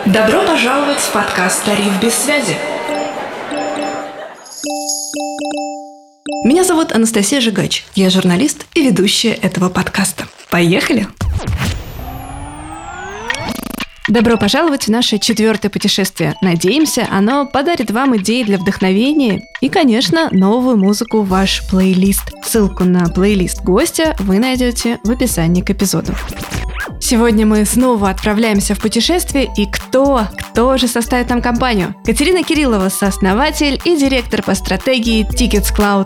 Добро пожаловать в подкаст «Тариф без связи». Меня зовут Анастасия Жигач. Я журналист и ведущая этого подкаста. Поехали! Добро пожаловать в наше 4-е путешествие. Надеемся, оно подарит вам идеи для вдохновения и, конечно, новую музыку в ваш плейлист. Ссылку на плейлист гостя вы найдете в описании к эпизоду. Сегодня мы снова отправляемся в путешествие, и кто же составит нам компанию? Катерина Кириллова, сооснователь и директор по стратегии Tickets.Cloud.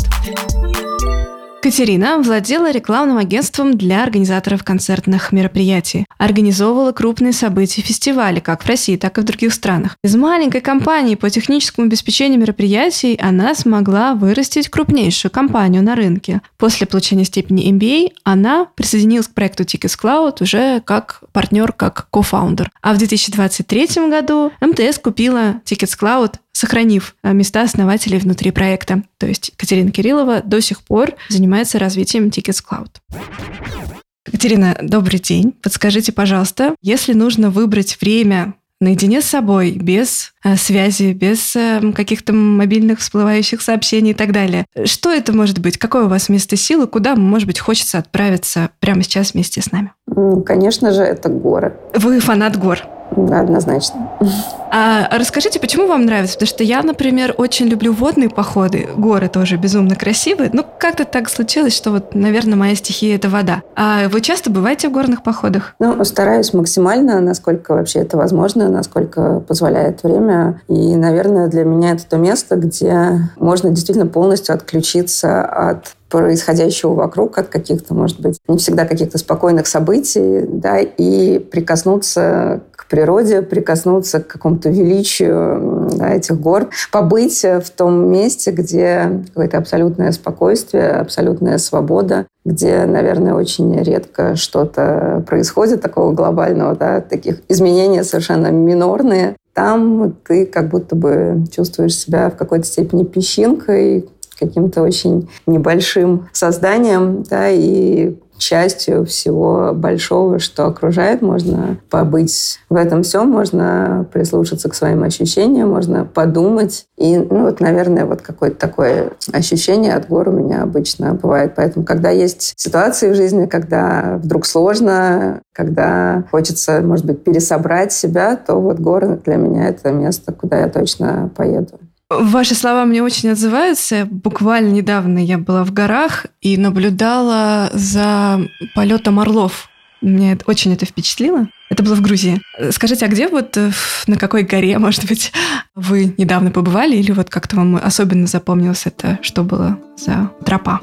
Катерина владела рекламным агентством для организаторов концертных мероприятий, организовывала крупные события и фестивали как в России, так и в других странах. Из маленькой компании по техническому обеспечению мероприятий она смогла вырастить крупнейшую компанию на рынке. После получения степени MBA она присоединилась к проекту Tickets.Cloud уже как партнер, как кофаундер. А в 2023 году МТС купила Tickets.Cloud, сохранив места основателей внутри проекта. То есть Катерина Кириллова до сих пор занимается развитием Tickets.Cloud. Катерина, добрый день. Подскажите, пожалуйста, если нужно выбрать время наедине с собой, без связи, без каких-то мобильных всплывающих сообщений и так далее, что это может быть? Какое у вас место силы? Куда, может быть, хочется отправиться прямо сейчас вместе с нами? Конечно же, это горы. Вы фанат гор? Однозначно. А расскажите, почему вам нравится? Потому что я, например, очень люблю водные походы. Горы тоже безумно красивые. Ну, как-то так случилось, что вот, наверное, моя стихия – это вода. А вы часто бываете в горных походах? Стараюсь максимально, насколько вообще это возможно, насколько позволяет время. И, наверное, для меня это то место, где можно действительно полностью отключиться от происходящего вокруг, от каких-то, может быть, не всегда каких-то спокойных событий, да, и прикоснуться к природе, прикоснуться к какому-то величию, да, этих гор, побыть в том месте, где какое-то абсолютное спокойствие, абсолютная свобода, где, наверное, очень редко что-то происходит такого глобального, да, таких изменений совершенно минорные. Там ты как будто бы чувствуешь себя в какой-то степени песчинкой, каким-то очень небольшим созданием, да, и частью всего большого, что окружает. Можно побыть в этом всем, можно прислушаться к своим ощущениям, можно подумать. И, наверное, какое-то такое ощущение от гор у меня обычно бывает. Поэтому, когда есть ситуации в жизни, когда вдруг сложно, когда хочется, может быть, пересобрать себя, то горы для меня — это место, куда я точно поеду. Ваши слова мне очень отзываются. Буквально недавно я была в горах и наблюдала за полетом орлов. Меня очень это впечатлило. Это было в Грузии. Скажите, а где на какой горе, может быть, вы недавно побывали? Или как-то вам особенно запомнилось это, что было за тропа?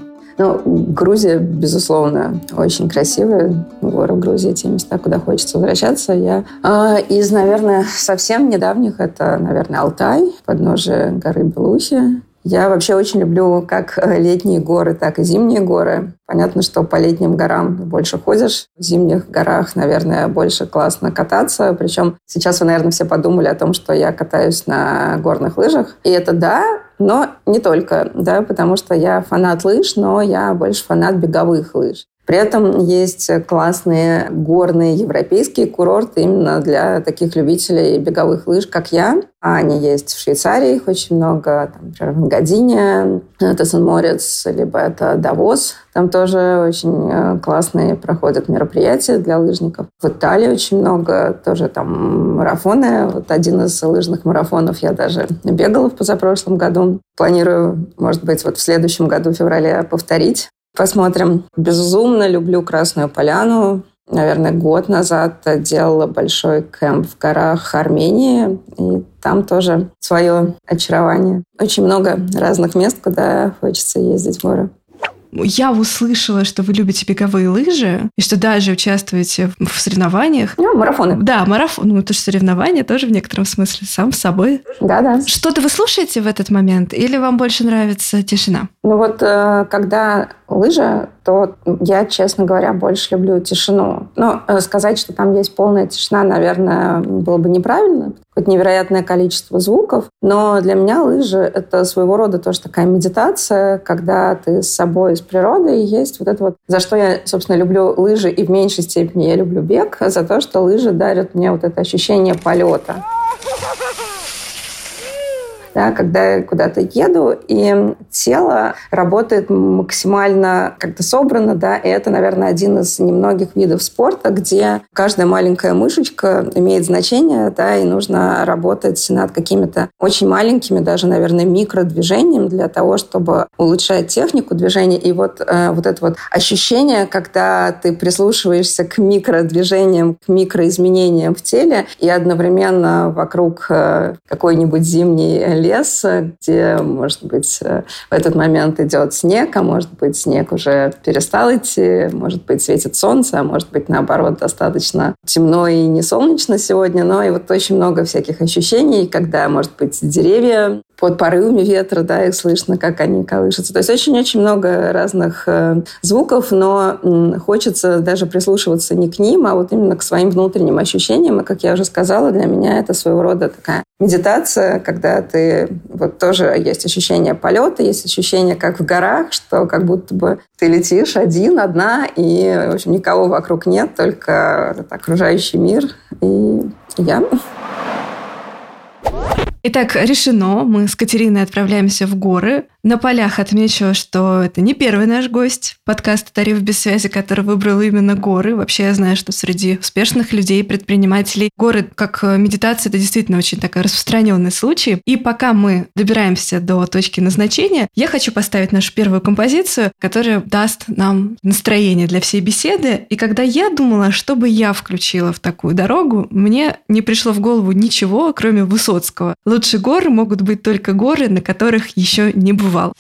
Грузия, безусловно, очень красивая. Горы в Грузии, те места, куда хочется возвращаться. Я из, наверное, совсем недавних, это, наверное, Алтай, подножие горы Белухи. Я вообще очень люблю как летние горы, так и зимние горы. Понятно, что по летним горам больше ходишь. В зимних горах, наверное, больше классно кататься. Причем сейчас вы, наверное, все подумали о том, что я катаюсь на горных лыжах. И это да, но не только, да, потому что я фанат лыж, но я больше фанат беговых лыж. При этом есть классные горные европейские курорты именно для таких любителей беговых лыж, как я. Они есть в Швейцарии, их очень много. Там, например, в Энгадине, это Сен-Морец, либо это Давос. Там тоже очень классные проходят мероприятия для лыжников. В Италии очень много, тоже там марафоны. Один из лыжных марафонов я даже бегала в позапрошлом году. Планирую, может быть, в следующем году, в феврале, повторить. Посмотрим. Безумно люблю Красную Поляну. Наверное, год назад делала большой кэмп в горах Армении. И там тоже свое очарование. Очень много разных мест, куда хочется ездить в горы. Я услышала, что вы любите беговые лыжи, и что даже участвуете в соревнованиях. Марафоны. Да, марафон. Это же соревнования тоже в некотором смысле, сам с собой. Да. Что-то вы слушаете в этот момент, или вам больше нравится тишина? Когда лыжа то я, честно говоря, больше люблю тишину. Но сказать, что там есть полная тишина, наверное, было бы неправильно. Какое-то невероятное количество звуков. Но для меня лыжи — это своего рода тоже такая медитация, когда ты с собой, с природой. И есть вот это вот, за что я, собственно, люблю лыжи, и в меньшей степени я люблю бег, за то, что лыжи дарят мне вот это ощущение полета. Да, когда я куда-то еду, и тело работает максимально как-то собрано, да, и это, наверное, один из немногих видов спорта, где каждая маленькая мышечка имеет значение, да, и нужно работать над какими-то очень маленькими, даже, наверное, микродвижениями для того, чтобы улучшать технику движения. И вот это вот ощущение, когда ты прислушиваешься к микродвижениям, к микроизменениям в теле, и одновременно вокруг какой-нибудь зимний лес, где, может быть, в этот момент идет снег, а может быть, снег уже перестал идти, может быть, светит солнце, а может быть, наоборот, достаточно темно и не солнечно сегодня, но и вот очень много всяких ощущений, когда, может быть, деревья под порывами ветра, да, их слышно, как они колышутся. То есть очень-очень много разных звуков, но хочется даже прислушиваться не к ним, а вот именно к своим внутренним ощущениям. И, как я уже сказала, для меня это своего рода такая медитация, когда ты вот тоже есть ощущение полета, есть ощущение, как в горах, что как будто бы ты летишь одна, и, в общем, никого вокруг нет, только окружающий мир и я. Итак, решено. Мы с Катериной отправляемся в горы. На полях отмечу, что это не первый наш гость подкаста «Тариф без связи», который выбрал именно горы. Вообще, я знаю, что среди успешных людей, предпринимателей, горы как медитация — это действительно очень такой распространенный случай. И пока мы добираемся до точки назначения, я хочу поставить нашу первую композицию, которая даст нам настроение для всей беседы. И когда я думала, что бы я включила в такую дорогу, мне не пришло в голову ничего, кроме Высоцкого. Лучше горы могут быть только горы, на которых еще не бывал.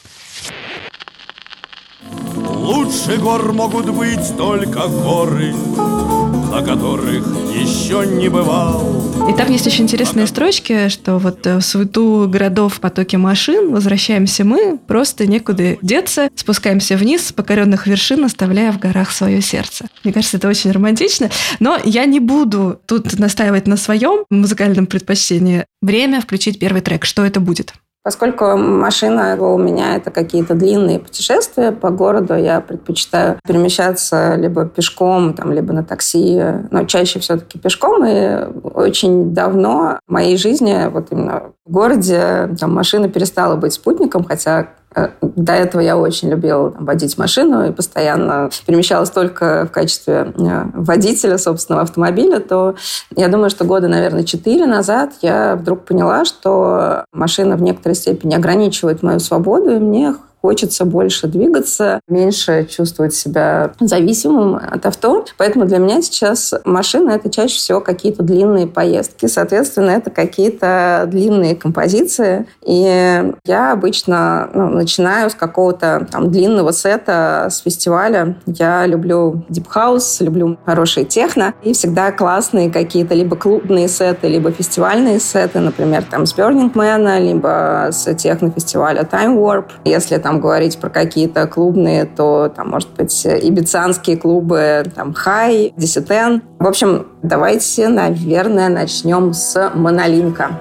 Лучше гор могут быть только горы, на которых еще не бывал. И там есть очень интересные строчки, что вот в суету городов, в потоке машин возвращаемся мы, просто некуда деться, спускаемся вниз с покоренных вершин, оставляя в горах свое сердце. Мне кажется, это очень романтично, но я не буду тут настаивать на своем музыкальном предпочтении. Время включить первый трек. Что это будет? Поскольку машина у меня это какие-то длинные путешествия по городу, я предпочитаю перемещаться либо пешком, либо на такси, но чаще все-таки пешком. И очень давно в моей жизни, вот именно в городе, машина перестала быть спутником, хотя до этого я очень любила водить машину и постоянно перемещалась только в качестве водителя собственного автомобиля, то я думаю, что года, наверное, 4 назад я вдруг поняла, что машина в некоторой степени ограничивает мою свободу, и мне хочется больше двигаться, меньше чувствовать себя зависимым от авто. Поэтому для меня сейчас машина — это чаще всего какие-то длинные поездки. Соответственно, это какие-то длинные композиции. И я обычно начинаю с какого-то длинного сета с фестиваля. Я люблю дип-хаус, люблю хорошие техно. И всегда классные какие-то либо клубные сеты, либо фестивальные сеты, например, с Burning Man, либо с техно-фестиваля Time Warp. Если говорить про какие-то клубные, то может быть ибицанские клубы, High, Dissident. В общем, давайте, наверное, начнем с Монолинка.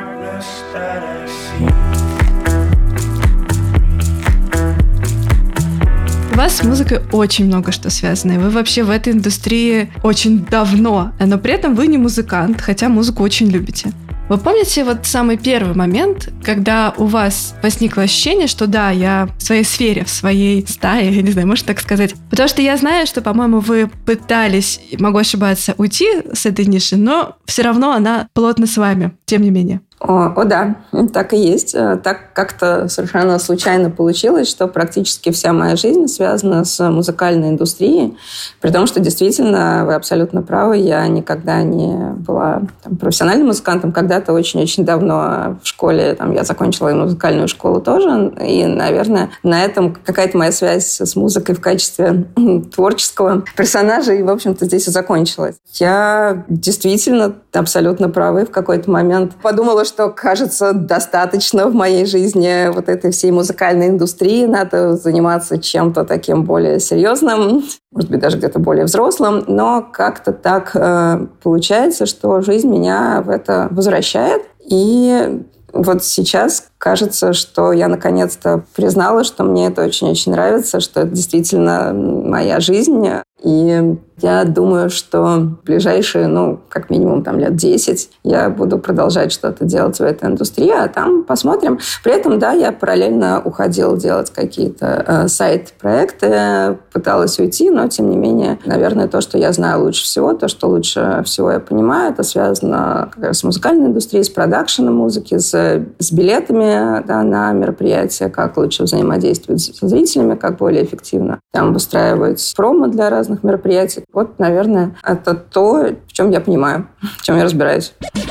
У вас с музыкой очень много что связано, и вы вообще в этой индустрии очень давно, но при этом вы не музыкант, хотя музыку очень любите. Вы помните самый первый момент, когда у вас возникло ощущение, что да, я в своей сфере, в своей стае, я не знаю, можно так сказать? Потому что я знаю, что, по-моему, вы пытались, могу ошибаться, уйти с этой ниши, но все равно она плотно с вами, тем не менее. О, да, так и есть. Так как-то совершенно случайно получилось, что практически вся моя жизнь связана с музыкальной индустрией, при том, что действительно, вы абсолютно правы, я никогда не была профессиональным музыкантом. Когда-то очень-очень давно в школе, я закончила и музыкальную школу тоже, и, наверное, на этом какая-то моя связь с музыкой в качестве творческого персонажа, и, в общем-то, здесь и закончилась. Я действительно абсолютно правы. В какой-то момент подумала, что, кажется, достаточно в моей жизни вот этой всей музыкальной индустрии. Надо заниматься чем-то таким более серьезным, может быть, даже где-то более взрослым. Но как-то так получается, что жизнь меня в это возвращает. И вот сейчас кажется, что я наконец-то признала, что мне это очень-очень нравится, что это действительно моя жизнь. И я думаю, что в ближайшие, как минимум, лет 10 я буду продолжать что-то делать в этой индустрии, а там посмотрим. При этом, да, я параллельно уходила делать какие-то сайт-проекты, пыталась уйти, но, тем не менее, наверное, то, что я знаю лучше всего, то, что лучше всего я понимаю, это связано как раз с музыкальной индустрией, с продакшеном музыки, с билетами, да, на мероприятия, как лучше взаимодействовать со зрителями, как более эффективно там выстраивать промо для разных мероприятий. Вот, наверное, это то, в чем я понимаю, в чем я разбираюсь.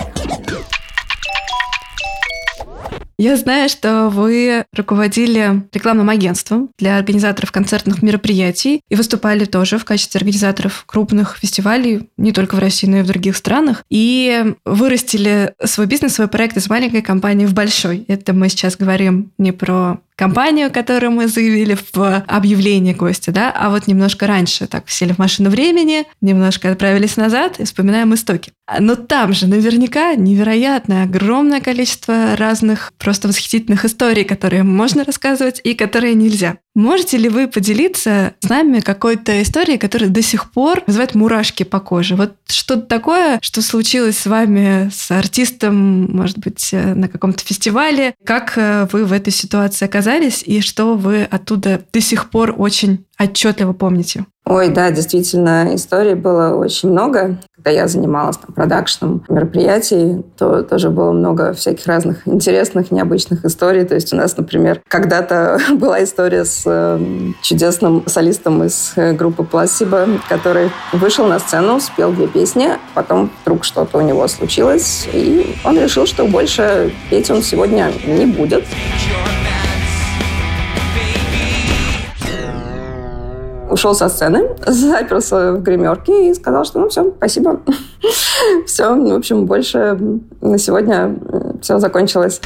Я знаю, что вы руководили рекламным агентством для организаторов концертных мероприятий и выступали тоже в качестве организаторов крупных фестивалей, не только в России, но и в других странах. И вырастили свой бизнес, свой проект из маленькой компании в большой. Это мы сейчас говорим не про компанию, которую мы заявили в объявлении гостя, да, а вот немножко раньше так сели в машину времени, немножко отправились назад и вспоминаем истоки. Но там же наверняка невероятное, огромное количество разных просто восхитительных историй, которые можно рассказывать и которые нельзя. Можете ли вы поделиться с нами какой-то историей, которая до сих пор вызывает мурашки по коже? Вот что-то такое, что случилось с вами, с артистом, может быть, на каком-то фестивале? Как вы в этой ситуации оказались и что вы оттуда до сих пор очень отчетливо помните? Ой, да, действительно, историй было очень много. Когда я занималась продакшеном мероприятий, то тоже было много всяких разных интересных, необычных историй. То есть у нас, например, когда-то была история с чудесным солистом из группы Placebo, который вышел на сцену, спел 2 песни, потом вдруг что-то у него случилось, и он решил, что больше петь он сегодня не будет. Ушел со сцены, заперся в гримерке и сказал, что все, спасибо. Все, в общем, больше на сегодня все закончилось.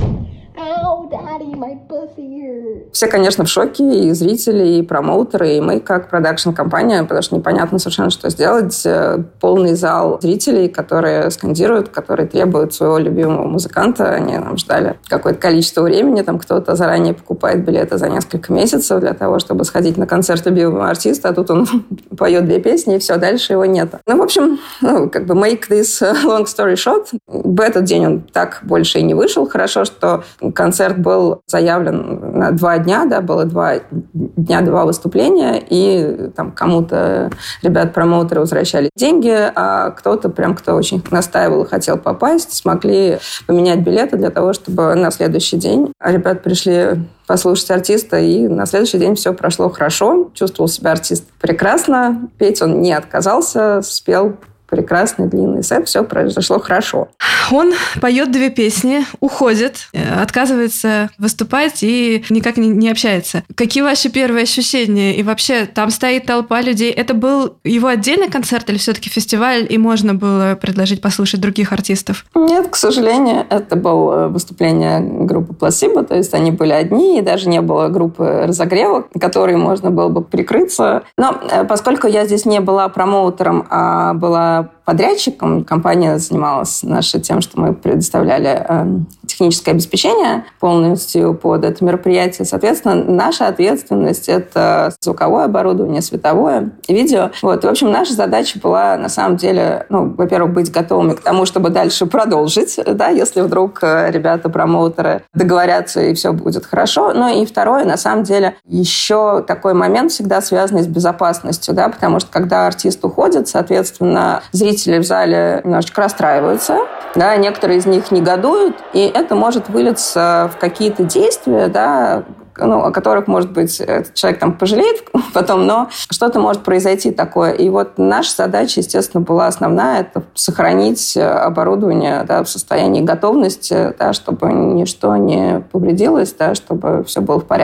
Все, конечно, в шоке, и зрители, и промоутеры, и мы как продакшн-компания, потому что непонятно совершенно, что сделать. Полный зал зрителей, которые скандируют, которые требуют своего любимого музыканта. Они нам ждали какое-то количество времени. Там кто-то заранее покупает билеты за несколько месяцев для того, чтобы сходить на концерт любимого артиста, а тут он поет 2 песни, и все, дальше его нет. В общем, make this long story short. В этот день он так больше и не вышел. Хорошо, что концерт был заявлен на 2 дня, да, было 2 дня, 2 выступления, и там кому-то ребят-промоутеры возвращали деньги, а кто-то кто очень настаивал и хотел попасть, смогли поменять билеты для того, чтобы на следующий день ребят пришли послушать артиста, и на следующий день все прошло хорошо, чувствовал себя артист прекрасно, петь он не отказался, спел прекрасный длинный сет, все произошло хорошо. Он поет 2 песни, уходит, отказывается выступать и никак не общается. Какие ваши первые ощущения? И вообще, там стоит толпа людей. Это был его отдельный концерт или все-таки фестиваль, и можно было предложить послушать других артистов? Нет, к сожалению, это было выступление группы Placebo, то есть они были одни, и даже не было группы разогрева, которой можно было бы прикрыться. Но поскольку я здесь не была промоутером, а была подрядчиком, компания занималась тем, что мы предоставляли техническое обеспечение полностью под это мероприятие. Соответственно, наша ответственность — это звуковое оборудование, световое, видео. И, в общем, наша задача была, на самом деле, во-первых, быть готовыми к тому, чтобы дальше продолжить, да, если вдруг ребята-промоутеры договорятся и все будет хорошо. Ну и второе, на самом деле, еще такой момент всегда связанный с безопасностью, да, потому что когда артист уходит, соответственно, зрители в зале немножечко расстраиваются, да, некоторые из них негодуют, и это может вылиться в какие-то действия, да, о которых, может быть, этот человек пожалеет потом, но что-то может произойти такое. И наша задача, естественно, была основная — это сохранить оборудование, да, в состоянии готовности, да, чтобы ничто не повредилось, да, чтобы все было в порядке.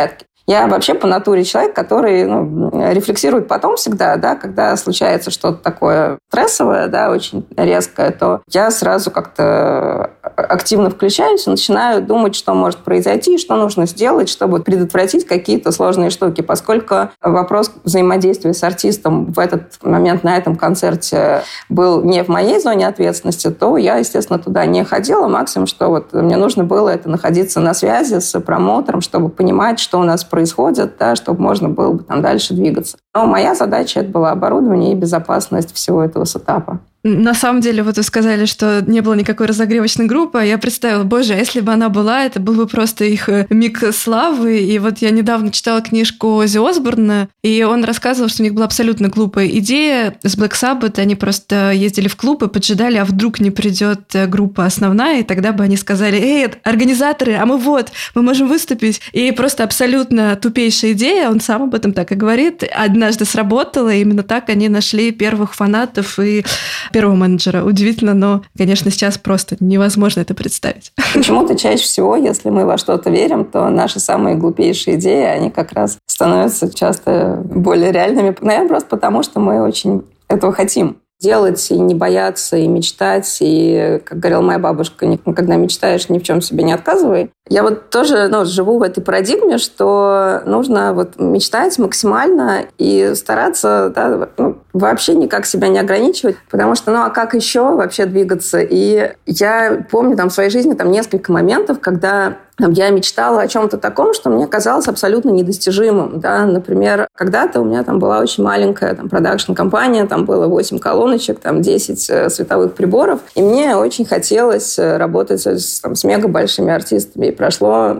Я вообще по натуре человек, который рефлексирует потом всегда, да, когда случается что-то такое стрессовое, да, очень резкое, то я сразу как-то активно включаюсь и начинаю думать, что может произойти, что нужно сделать, чтобы предотвратить какие-то сложные штуки. Поскольку вопрос взаимодействия с артистом в этот момент на этом концерте был не в моей зоне ответственности, то я, естественно, туда не ходила. Максимум, что вот мне нужно было, это находиться на связи с промоутером, чтобы понимать, что у нас происходит, да, чтобы можно было бы там дальше двигаться. Но моя задача это была оборудование и безопасность всего этого сетапа. На самом деле, вот вы сказали, что не было никакой разогревочной группы, а я представила, боже, а если бы она была, это был бы просто их миг славы. И вот я недавно читала книжку Оззи Осборна, и он рассказывал, что у них была абсолютно глупая идея. С Black Sabbath они просто ездили в клуб и поджидали, а вдруг не придет группа основная, и тогда бы они сказали: «Эй, организаторы, а мы можем выступить». И просто абсолютно тупейшая идея, он сам об этом так и говорит, однажды сработала, и именно так они нашли первых фанатов и первого менеджера. Удивительно, но, конечно, сейчас просто невозможно это представить. Почему-то чаще всего, если мы во что-то верим, то наши самые глупейшие идеи, они как раз становятся часто более реальными. Наверное, просто потому, что мы очень этого хотим. Делать и не бояться, и мечтать. И, как говорила моя бабушка, когда мечтаешь, ни в чем себе не отказывай. Я вот тоже живу в этой парадигме, что нужно вот мечтать максимально и стараться, да, вообще никак себя не ограничивать, потому что, а как еще вообще двигаться? И я помню в своей жизни несколько моментов, когда я мечтала о чем-то таком, что мне казалось абсолютно недостижимым. Да? Например, когда-то у меня была очень маленькая продакшн-компания, там было 8 колоночек, 10 световых приборов, и мне очень хотелось работать с мега большими артистами. И прошло,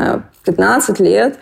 15 лет,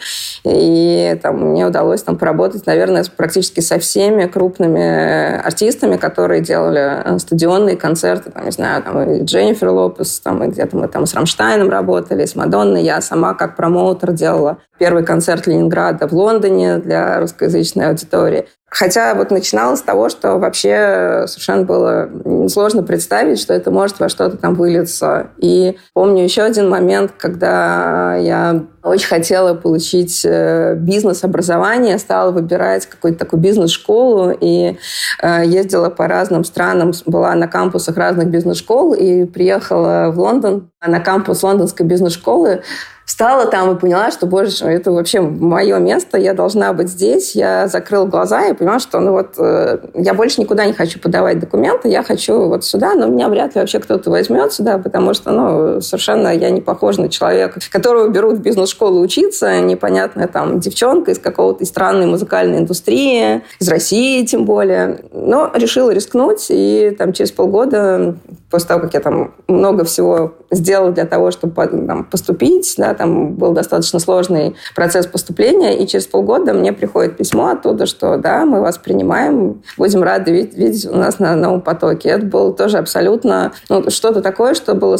и мне удалось поработать, наверное, практически со всеми крупными артистами, которые делали стадионные концерты, и Дженнифер Лопес, и где-то мы с Рамштайном работали, с Мадонной. Я сама как промоутер делала первый концерт Ленинграда в Лондоне для русскоязычной аудитории. Хотя начиналось с того, что вообще совершенно было сложно представить, что это может во что-то вылиться. И помню еще один момент, когда я очень хотела получить бизнес-образование, стала выбирать какую-то такую бизнес-школу и ездила по разным странам, была на кампусах разных бизнес-школ и приехала в Лондон на кампус лондонской бизнес-школы. Встала там и поняла, что, боже, это вообще мое место, я должна быть здесь. Я закрыла глаза и поняла, что я больше никуда не хочу подавать документы, я хочу сюда, но меня вряд ли вообще кто-то возьмет сюда, потому что совершенно я не похожа на человека, которого берут в бизнес-школу учиться, непонятная девчонка из какого-то странной музыкальной индустрии, из России тем более. Но решила рискнуть, и через полгода, после того, как я много всего сделала для того, чтобы поступить, да, был достаточно сложный процесс поступления, и через полгода мне приходит письмо оттуда, что да, мы вас принимаем, будем рады видеть у нас на новом потоке. Это было тоже абсолютно что-то такое, что было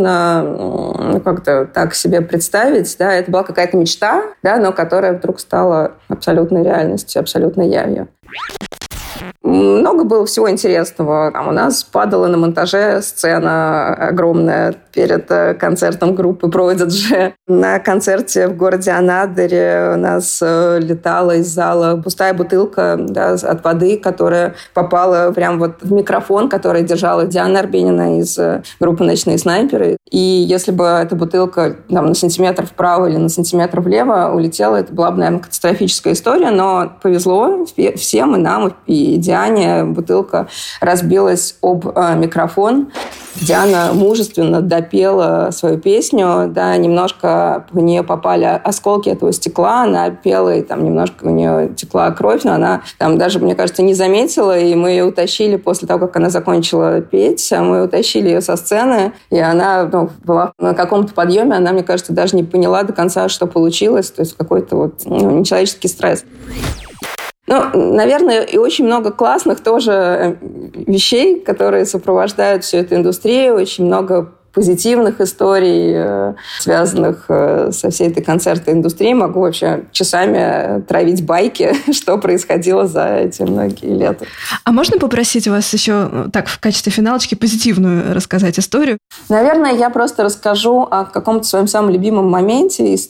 сложно как-то так себе представить. Да. Это была какая-то мечта, да, но которая вдруг стала абсолютной реальностью, абсолютной явью. Много было всего интересного. У нас падала на монтаже сцена огромная перед концертом группы Prodigy. На концерте в городе Анадырь у нас летала из зала пустая бутылка от воды, которая попала прям в микрофон, который держала Диана Арбенина из группы «Ночные снайперы». И если бы эта бутылка на сантиметр вправо или на сантиметр влево улетела, это была бы, наверное, катастрофическая история, но повезло всем, и нам, и Диане. Бутылка разбилась об микрофон. Диана мужественно допела свою песню, да, немножко в нее попали осколки этого стекла, она пела, и немножко у нее текла кровь, но она даже, мне кажется, не заметила, и мы ее утащили после того, как она закончила петь, мы утащили ее со сцены, и она была на каком-то подъеме, она, мне кажется, даже не поняла до конца, что получилось, то есть какой-то нечеловеческий стресс. Наверное, и очень много классных тоже вещей, которые сопровождают всю эту индустрию, очень много позитивных историй, связанных со всей этой концертной индустрией. Могу вообще часами травить байки, что происходило за эти многие лета. А можно попросить вас еще так в качестве финалочки позитивную рассказать историю? Наверное, я просто расскажу о каком-то своем самом любимом моменте из той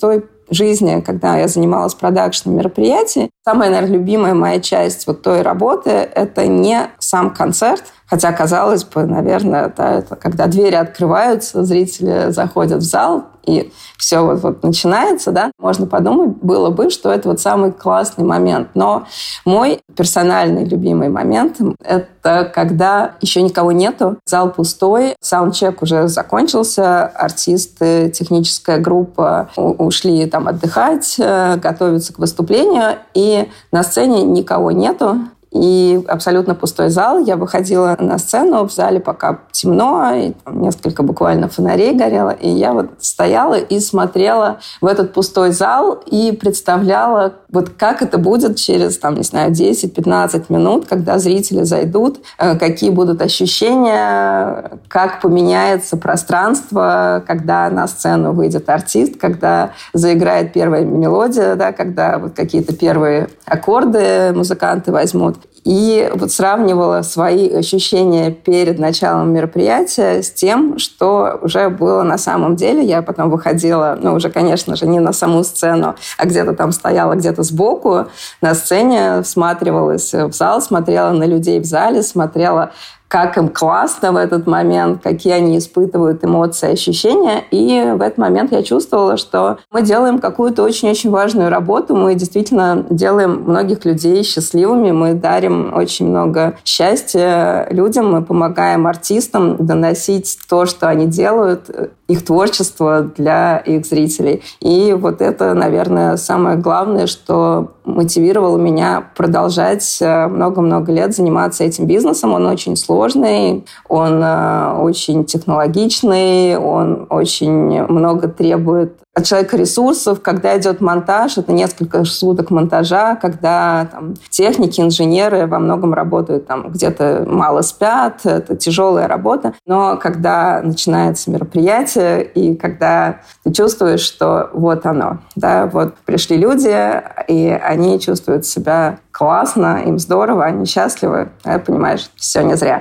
жизни, когда я занималась продакшеном мероприятий, самая, наверное, любимая моя часть вот той работы – это не сам концерт, хотя, казалось бы, наверное, да, это когда двери открываются, зрители заходят в зал, и все вот начинается, да, можно подумать было бы, что это вот самый классный момент. Но мой персональный любимый момент – это когда еще никого нету, зал пустой, саундчек уже закончился, артисты, техническая группа ушли там отдыхать, готовятся к выступлению, и на сцене никого нету. И абсолютно пустой зал. Я выходила на сцену, в зале пока темно, и там несколько буквально фонарей горело. И я вот стояла и смотрела в этот пустой зал и представляла, вот как это будет через, там, не знаю, 10-15 минут, когда зрители зайдут, какие будут ощущения, как поменяется пространство, когда на сцену выйдет артист, когда заиграет первая мелодия, да, когда вот какие-то первые аккорды музыканты возьмут. И вот сравнивала свои ощущения перед началом мероприятия с тем, что уже было на самом деле. Я потом выходила, уже, конечно же, не на саму сцену, а где-то там стояла, где-то сбоку на сцене, всматривалась в зал, смотрела на людей в зале, смотрела, как им классно в этот момент, какие они испытывают эмоции, ощущения. И в этот момент я чувствовала, что мы делаем какую-то очень-очень важную работу. Мы действительно делаем многих людей счастливыми. Мы дарим очень много счастья людям. Мы помогаем артистам доносить то, что они делают, их творчество для их зрителей. И вот это, наверное, самое главное, что мотивировало меня продолжать много-много лет заниматься этим бизнесом. Он очень сложный, он очень технологичный, он очень много требует от человека ресурсов. Когда идет монтаж, это несколько суток монтажа, когда там техники, инженеры во многом работают, там где-то мало спят, это тяжелая работа. Но когда начинается мероприятие, и когда ты чувствуешь, что вот оно, да, вот пришли люди, и они чувствуют себя классно, им здорово, они счастливы, понимаешь, все не зря.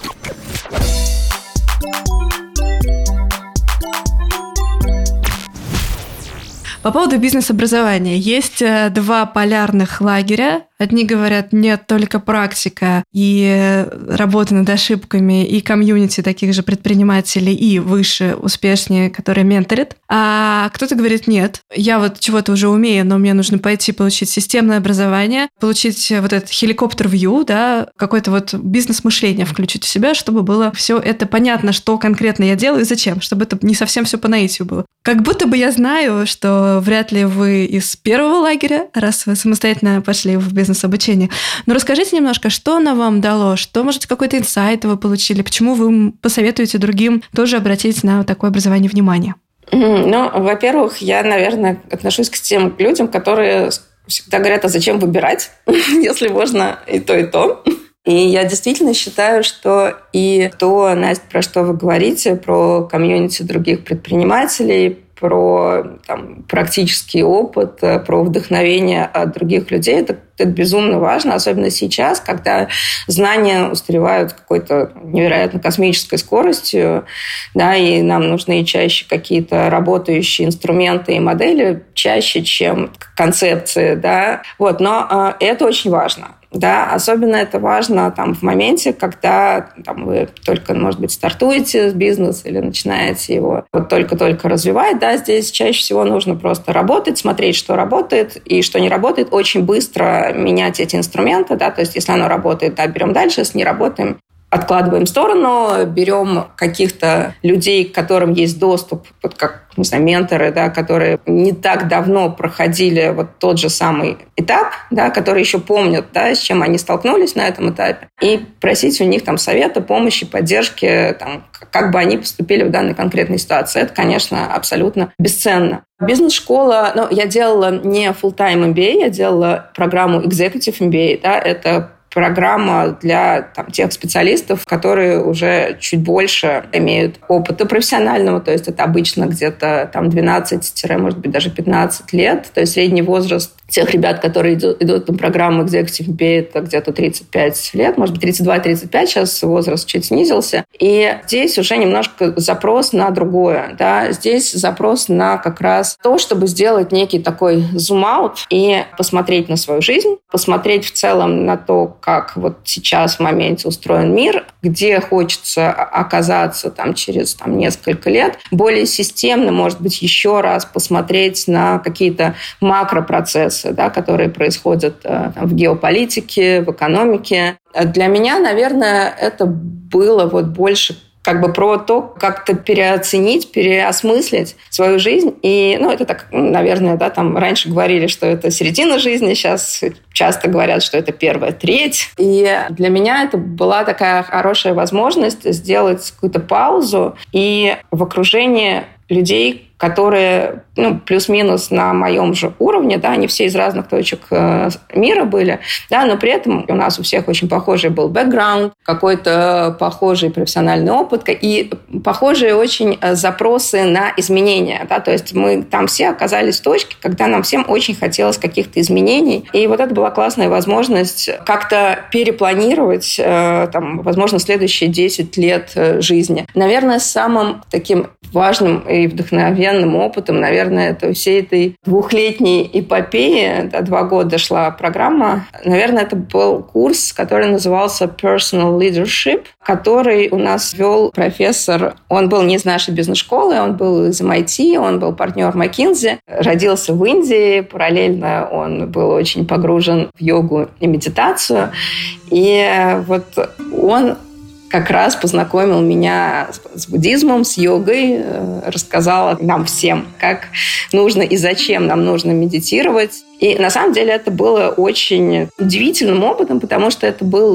По поводу бизнес-образования. Есть два полярных лагеря. Одни говорят, нет, только практика и работа над ошибками, и комьюнити таких же предпринимателей, и выше, успешнее, которые менторят. А кто-то говорит, нет, я вот чего-то уже умею, но мне нужно пойти получить системное образование, получить вот этот helicopter-view, да, какое-то вот бизнес-мышление включить в себя, чтобы было все это понятно, что конкретно я делаю и зачем, чтобы это не совсем все по наитию было. Как будто бы я знаю, что вряд ли вы из первого лагеря, раз вы самостоятельно пошли в бизнес-обучение. Но расскажите немножко, что оно вам дало, что, может, какой-то инсайт вы получили, почему вы посоветуете другим тоже обратить на такое образование внимание? Ну, во-первых, я, наверное, отношусь к тем людям, которые всегда говорят, а зачем выбирать, если можно и то, и то. И я действительно считаю, что и то, Настя, про что вы говорите, про комьюнити других предпринимателей, про там, практический опыт, про вдохновение от других людей, это безумно важно, особенно сейчас, когда знания устаревают с какой-то невероятно космической скоростью, да, и нам нужны чаще какие-то работающие инструменты и модели, чаще, чем концепции, да. Вот, но это очень важно. Да, особенно это важно там, в моменте, когда там, вы только, может быть, стартуете бизнес или начинаете его вот только-только развивать. Да, здесь чаще всего нужно просто работать, смотреть, что работает и что не работает, очень быстро менять эти инструменты. Да, то есть, если оно работает, да, берем дальше, если не работаем, откладываем в сторону, берем каких-то людей, к которым есть доступ, вот как, не знаю, менторы, да, которые не так давно проходили вот тот же самый этап, да, которые еще помнят, да, с чем они столкнулись на этом этапе, и просить у них там совета, помощи, поддержки, там, как бы они поступили в данной конкретной ситуации. Это, конечно, абсолютно бесценно. Бизнес-школа, я делала не full-time MBA, я делала программу Executive MBA, да, это программа для тех специалистов, которые уже чуть больше имеют опыта профессионального, то есть это обычно где-то 12, может быть, даже 15 лет, то есть средний возраст тех ребят, которые идут на программу Executive MBA, это где-то 35 лет, может быть, 32-35, сейчас возраст чуть снизился. И здесь уже немножко запрос на другое. Да? Здесь запрос на как раз то, чтобы сделать некий такой зум-аут и посмотреть на свою жизнь, посмотреть в целом на то, как вот сейчас в моменте устроен мир, где хочется оказаться через несколько лет, более системно, может быть, еще раз посмотреть на какие-то макропроцессы, да, которые происходят в геополитике, в экономике. Для меня, наверное, это было больше про то, как-то переоценить, переосмыслить свою жизнь. И, это так, наверное, раньше говорили, что это середина жизни, сейчас часто говорят, что это первая треть. И для меня это была такая хорошая возможность сделать какую-то паузу и в окружении людей, которые плюс-минус на моем же уровне, да, они все из разных точек мира были, да, но при этом у нас у всех очень похожий был бэкграунд, какой-то похожий профессиональный опыт и похожие очень запросы на изменения, да, то есть мы там все оказались в точке, когда нам всем очень хотелось каких-то изменений, и вот это была классная возможность как-то перепланировать, возможно, следующие 10 лет жизни. Наверное, самым таким важным и вдохновенным опытом, наверное, это всей этой двухлетней эпопеи, 2 года шла программа, наверное, это был курс, который назывался Personal Leadership, который у нас вел профессор, он был не из нашей бизнес-школы, он был из MIT, он был партнер McKinsey, родился в Индии, параллельно он был очень погружен в йогу и медитацию, и вот он как раз познакомил меня с буддизмом, с йогой, рассказал нам всем, как нужно и зачем нам нужно медитировать. И на самом деле это было очень удивительным опытом, потому что это был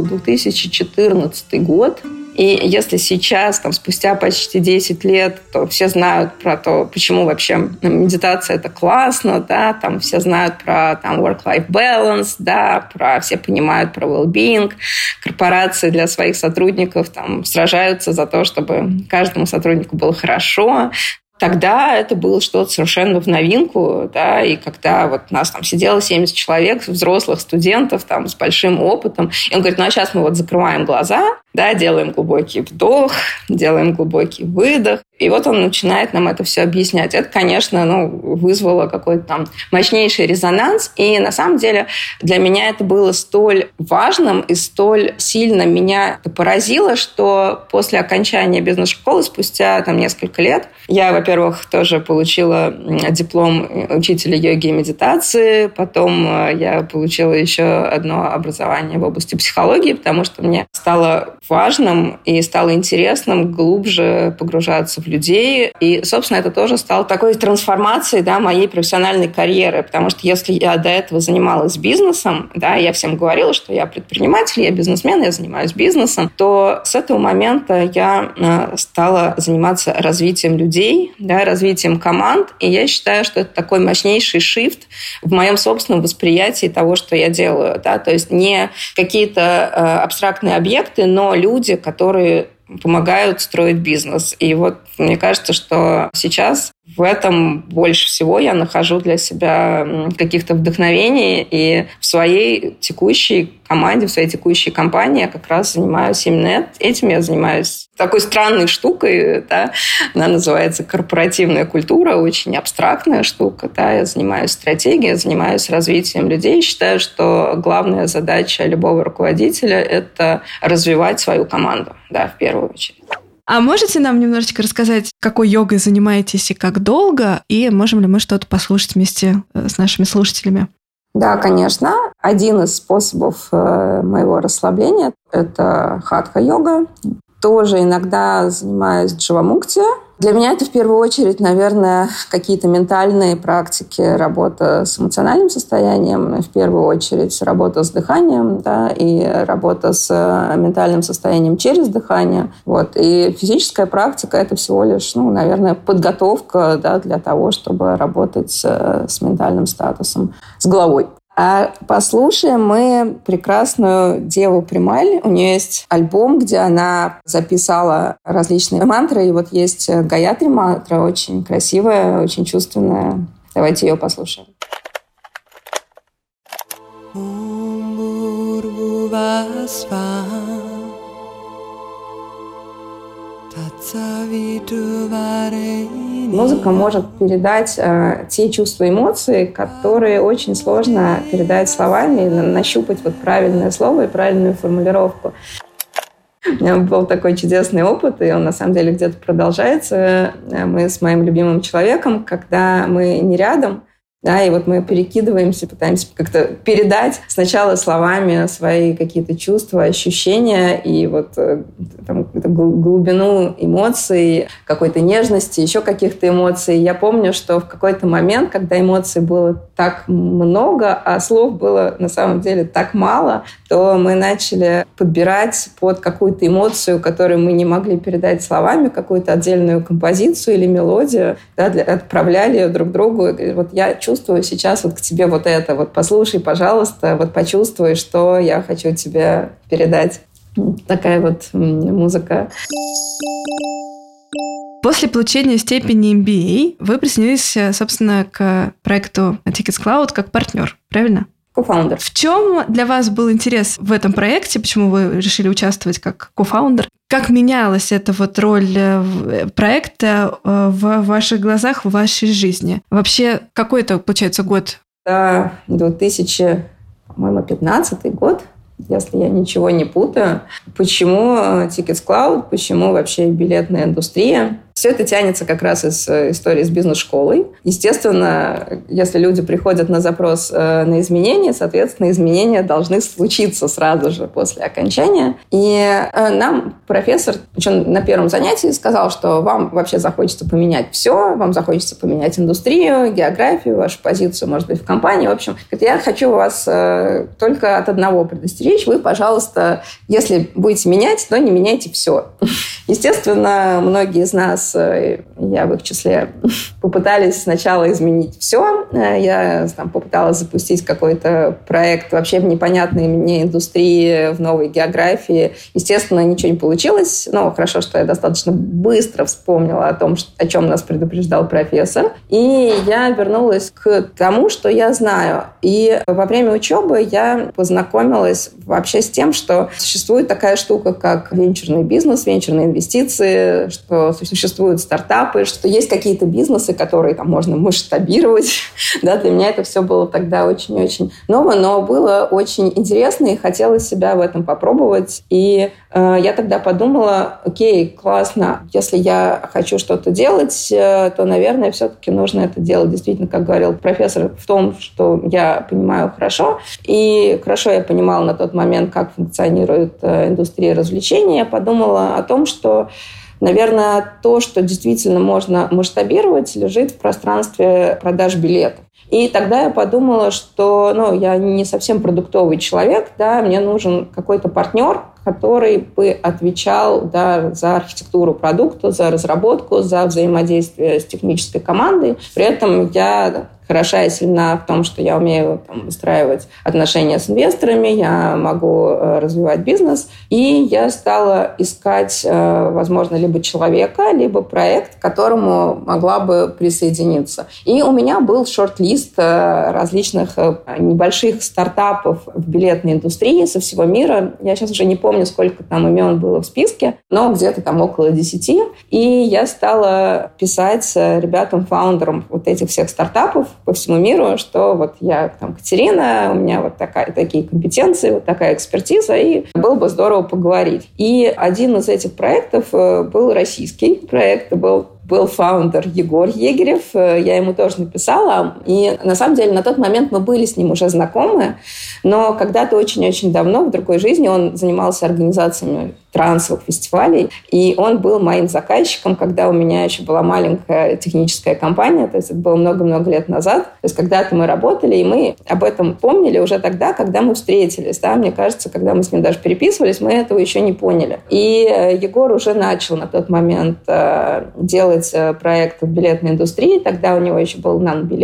2014 год. И если сейчас, спустя почти 10 лет, то все знают про то, почему вообще медитация – это классно, да, все знают про work-life balance, да, все понимают про well-being. Корпорации для своих сотрудников сражаются за то, чтобы каждому сотруднику было хорошо. Тогда это было что-то совершенно в новинку, да, и когда нас сидело 70 человек, взрослых студентов с большим опытом, и он говорит, а сейчас мы закрываем глаза, да, делаем глубокий вдох, делаем глубокий выдох, и он начинает нам это все объяснять. Это, конечно, вызвало какой-то мощнейший резонанс, и на самом деле для меня это было столь важным и столь сильно меня это поразило, что после окончания бизнес-школы, спустя несколько лет, я, во-первых, тоже получила диплом учителя йоги и медитации, потом я получила еще одно образование в области психологии, потому что мне стало важным и стало интересным глубже погружаться в людей. И, собственно, это тоже стало такой трансформацией, да, моей профессиональной карьеры, потому что если я до этого занималась бизнесом, да, я всем говорила, что я предприниматель, я бизнесмен, я занимаюсь бизнесом, то с этого момента я стала заниматься развитием людей, да, развитием команд, и я считаю, что это такой мощнейший шифт в моем собственном восприятии того, что я делаю, да, то есть не какие-то абстрактные объекты, но люди, которые помогают строить бизнес. И мне кажется, что сейчас в этом больше всего я нахожу для себя каких-то вдохновений, и в своей текущей команде, в своей текущей компании я как раз занимаюсь именно этим. Я занимаюсь такой странной штукой, да, она называется корпоративная культура, очень абстрактная штука, да, я занимаюсь стратегией, я занимаюсь развитием людей, считаю, что главная задача любого руководителя – это развивать свою команду, да, в первую очередь. А можете нам немножечко рассказать, какой йогой занимаетесь и как долго, и можем ли мы что-то послушать вместе с нашими слушателями? Да, конечно. Один из способов моего расслабления – это хатха-йога. Тоже иногда занимаюсь дживамукти. Для меня это в первую очередь, наверное, какие-то ментальные практики, работа с эмоциональным состоянием, в первую очередь работа с дыханием, да, и работа с ментальным состоянием через дыхание. И физическая практика – это всего лишь, наверное, подготовка, да, для того, чтобы работать с ментальным статусом, с головой. А послушаем мы прекрасную Деву Прималь. У нее есть альбом, где она записала различные мантры. И вот есть Гаятри мантра, очень красивая, очень чувственная. Давайте ее послушаем. Музыка может передать те чувства и эмоции, которые очень сложно передать словами, нащупать вот правильное слово и правильную формулировку. У меня был такой чудесный опыт, и он на самом деле где-то продолжается. Мы с моим любимым человеком, когда мы не рядом, да, и вот мы перекидываемся, пытаемся как-то передать сначала словами свои какие-то чувства, ощущения и вот там, глубину эмоций, какой-то нежности, еще каких-то эмоций. Я помню, что в какой-то момент, когда эмоций было так много, а слов было на самом деле так мало, то мы начали подбирать под какую-то эмоцию, которую мы не могли передать словами, какую-то отдельную композицию или мелодию, да, отправляли ее друг другу. И вот я чувствую сейчас вот к тебе вот это, вот послушай, пожалуйста, вот почувствуй, что я хочу тебе передать. Такая вот музыка. После получения степени MBA вы присоединились, собственно, к проекту Tickets.Cloud как партнер, правильно? Кофаундер. В чем для вас был интерес в этом проекте? Почему вы решили участвовать как кофаундер? Как менялась эта вот роль проекта в ваших глазах, в вашей жизни? Вообще, какой это, получается, год? Да, 2015 год, если я ничего не путаю. Почему Tickets.Cloud? Почему вообще билетная индустрия? Все это тянется как раз из истории с бизнес-школой. Естественно, если люди приходят на запрос на изменения, соответственно, изменения должны случиться сразу же после окончания. И нам профессор на первом занятии сказал, что вам вообще захочется поменять все, вам захочется поменять индустрию, географию, вашу позицию, может быть, в компании. В общем, я хочу вас только от одного предостеречь. Вы, пожалуйста, если будете менять, то не меняйте все. Естественно, многие из нас, я в их числе, попытались сначала изменить все. Я попыталась запустить какой-то проект вообще в непонятной мне индустрии, в новой географии. Естественно, ничего не получилось, но хорошо, что я достаточно быстро вспомнила о том, о чем нас предупреждал профессор. И я вернулась к тому, что я знаю. И во время учебы я познакомилась вообще с тем, что существует такая штука, как венчурный бизнес, венчурные инвестиции, что существуют стартапы, что есть какие-то бизнесы, которые там можно масштабировать. Да, для меня это все было тогда очень-очень ново, но было очень интересно, и хотелось себя в этом попробовать. И я тогда подумала, окей, классно, если я хочу что-то делать, то, наверное, все-таки нужно это делать действительно, как говорил профессор, в том, что я понимаю хорошо. И хорошо я понимала на тот момент, как функционирует индустрия развлечений. Я подумала о том, что, наверное, то, что действительно можно масштабировать, лежит в пространстве продаж билетов. И тогда я подумала, что я не совсем продуктовый человек, да, мне нужен какой-то партнер, который бы отвечал, да, за архитектуру продукта, за разработку, за взаимодействие с технической командой. При этом я хороша и сильна в том, что я умею выстраивать отношения с инвесторами, я могу развивать бизнес. И я стала искать, возможно, либо человека, либо проект, к которому могла бы присоединиться. И у меня был шорт-лист различных небольших стартапов в билетной индустрии со всего мира. Я сейчас уже не помню, сколько там имен было в списке, но где-то там около 10. И я стала писать ребятам, фаундерам вот этих всех стартапов по всему миру, что вот я там Катерина, у меня вот такие компетенции, вот такая экспертиза, и было бы здорово поговорить. И один из этих проектов был российский проект, был фаундер Егор Егерев, я ему тоже написала, и на самом деле на тот момент мы были с ним уже знакомы, но когда-то очень-очень давно в другой жизни он занимался организациями трансовых фестивалей, и он был моим заказчиком, когда у меня еще была маленькая техническая компания, то есть это было много-много лет назад, то есть когда-то мы работали, и мы об этом помнили уже тогда, когда мы встретились, да, мне кажется, когда мы с ним даже переписывались, мы этого еще не поняли. И Егор уже начал на тот момент делать проект в билетной индустрии, тогда у него еще был нано-билет,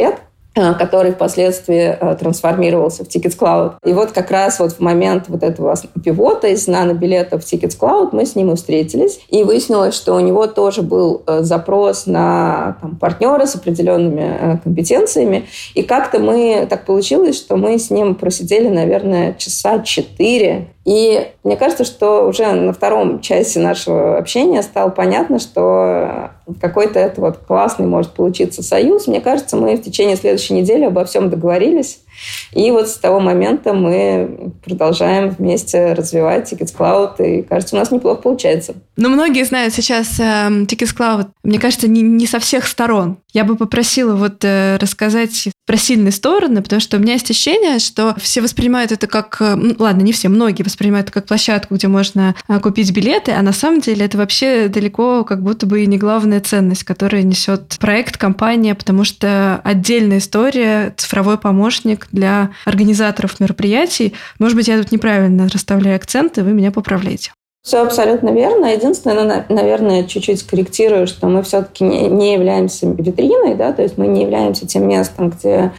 который впоследствии трансформировался в Tickets.Cloud. И вот как раз вот в момент вот этого пивота из нано-билетов в Tickets.Cloud мы с ним и встретились. И выяснилось, что у него тоже был запрос на партнера с определенными компетенциями. И как-то так получилось, что мы с ним просидели, наверное, часа 4. И мне кажется, что уже на втором часе нашего общения стало понятно, что какой-то это вот классный может получиться союз. Мне кажется, мы в течение следующей недели обо всем договорились. И вот с того момента мы продолжаем вместе развивать Tickets.Cloud, и, кажется, у нас неплохо получается. Но многие знают сейчас Tickets.Cloud, мне кажется, не со всех сторон. Я бы попросила рассказать про сильные стороны, потому что у меня есть ощущение, что все воспринимают это как... ладно, не все, многие воспринимают это как площадку, где можно купить билеты, а на самом деле это вообще далеко как будто бы и не главная ценность, которую несет проект, компания, потому что отдельная история, цифровой помощник для организаторов мероприятий. Может быть, я тут неправильно расставляю акценты, вы меня поправляете. Все абсолютно верно. Единственное, наверное, чуть-чуть скорректирую, что мы все-таки не являемся витриной, да, то есть мы не являемся тем местом, где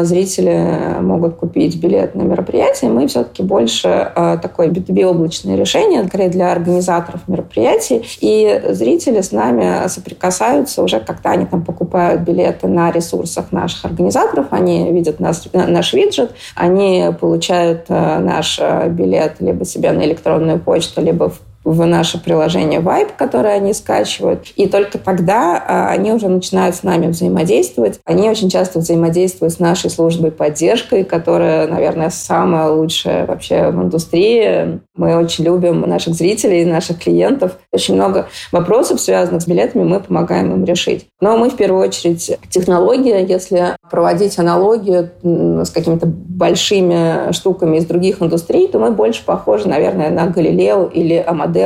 зрители могут купить билет на мероприятие. Мы все-таки больше такое B2B-облачное решение, скорее для организаторов мероприятий. И зрители с нами соприкасаются уже, когда они там покупают билеты на ресурсах наших организаторов, они видят наш виджет, они получают наш билет либо себе на электронную почту, либо в наше приложение Vibe, которое они скачивают. И только тогда они уже начинают с нами взаимодействовать. Они очень часто взаимодействуют с нашей службой поддержки, которая, наверное, самая лучшая вообще в индустрии. Мы очень любим наших зрителей, наших клиентов. Очень много вопросов, связанных с билетами, мы помогаем им решить. Но мы в первую очередь технология. Если проводить аналогию с какими-то большими штуками из других индустрий, то мы больше похожи, наверное, на Galileo или Amadeus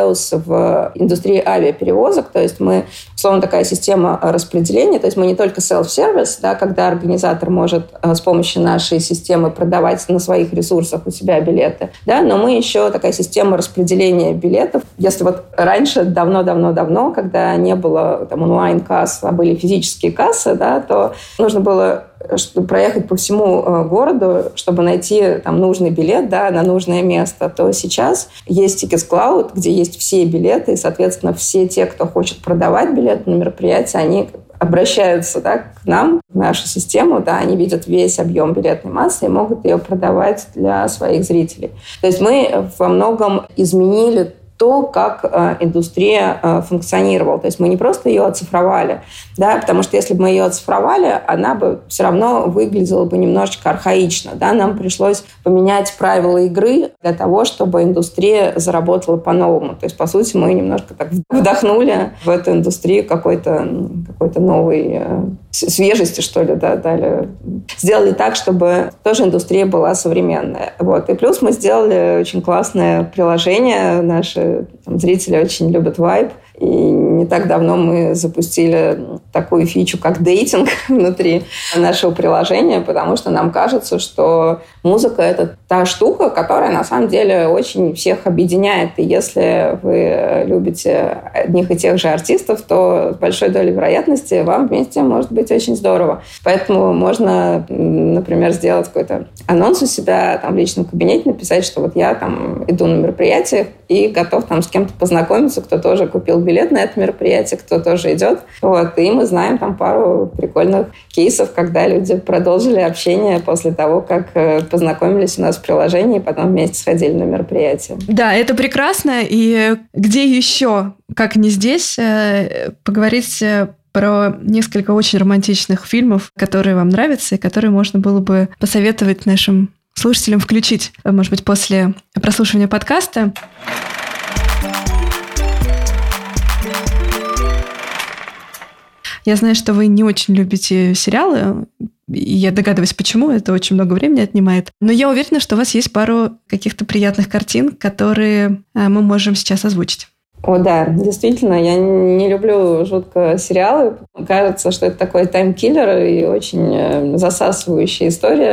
в индустрии авиаперевозок. То есть мы, условно, такая система распределения. То есть мы не только self-service, да, когда организатор может с помощью нашей системы продавать на своих ресурсах у себя билеты, да, но мы еще такая система распределения билетов. Если вот раньше, давно-давно-давно, когда не было там онлайн-касс, а были физические кассы, да, то нужно было проехать по всему городу, чтобы найти там нужный билет, да, на нужное место, то сейчас есть Tickets.Cloud, где есть все билеты, и, соответственно, все те, кто хочет продавать билеты на мероприятие, они обращаются, да, к нам, в нашу систему, да, они видят весь объем билетной массы и могут ее продавать для своих зрителей. То есть мы во многом изменили то, как индустрия функционировала. То есть мы не просто ее оцифровали, да, потому что если бы мы ее оцифровали, она бы все равно выглядела бы немножечко архаично. Да? Нам пришлось поменять правила игры для того, чтобы индустрия заработала по-новому. То есть, по сути, мы немножко так вдохнули в эту индустрию какой-то новой свежести, что ли, да, дали. Сделали так, чтобы тоже индустрия была современная. Вот. И плюс мы сделали очень классное приложение. Наши зрители очень любят Vibe. И не так давно мы запустили такую фичу, как дейтинг внутри нашего приложения, потому что нам кажется, что музыка – это та штука, которая на самом деле очень всех объединяет. И если вы любите одних и тех же артистов, то с большой долей вероятности вам вместе может быть очень здорово. Поэтому можно, например, сделать какой-то анонс у себя там, в личном кабинете, написать, что вот я там иду на мероприятие и готов там с кем-то познакомиться, кто тоже купил билет на это мероприятие, кто тоже идет. Вот. И мы знаем там пару прикольных кейсов, когда люди продолжили общение после того, как познакомились у нас в приложении, и потом вместе сходили на мероприятие. Да, это прекрасно. И где еще, как не здесь, поговорить про несколько очень романтичных фильмов, которые вам нравятся и которые можно было бы посоветовать нашим слушателям включить, может быть, после прослушивания подкаста. Я знаю, что вы не очень любите сериалы, и я догадываюсь, почему, это очень много времени отнимает. Но я уверена, что у вас есть пару каких-то приятных картин, которые мы можем сейчас озвучить. О, да, действительно, я не люблю жутко сериалы. Кажется, что это такой таймкиллер и очень засасывающая история.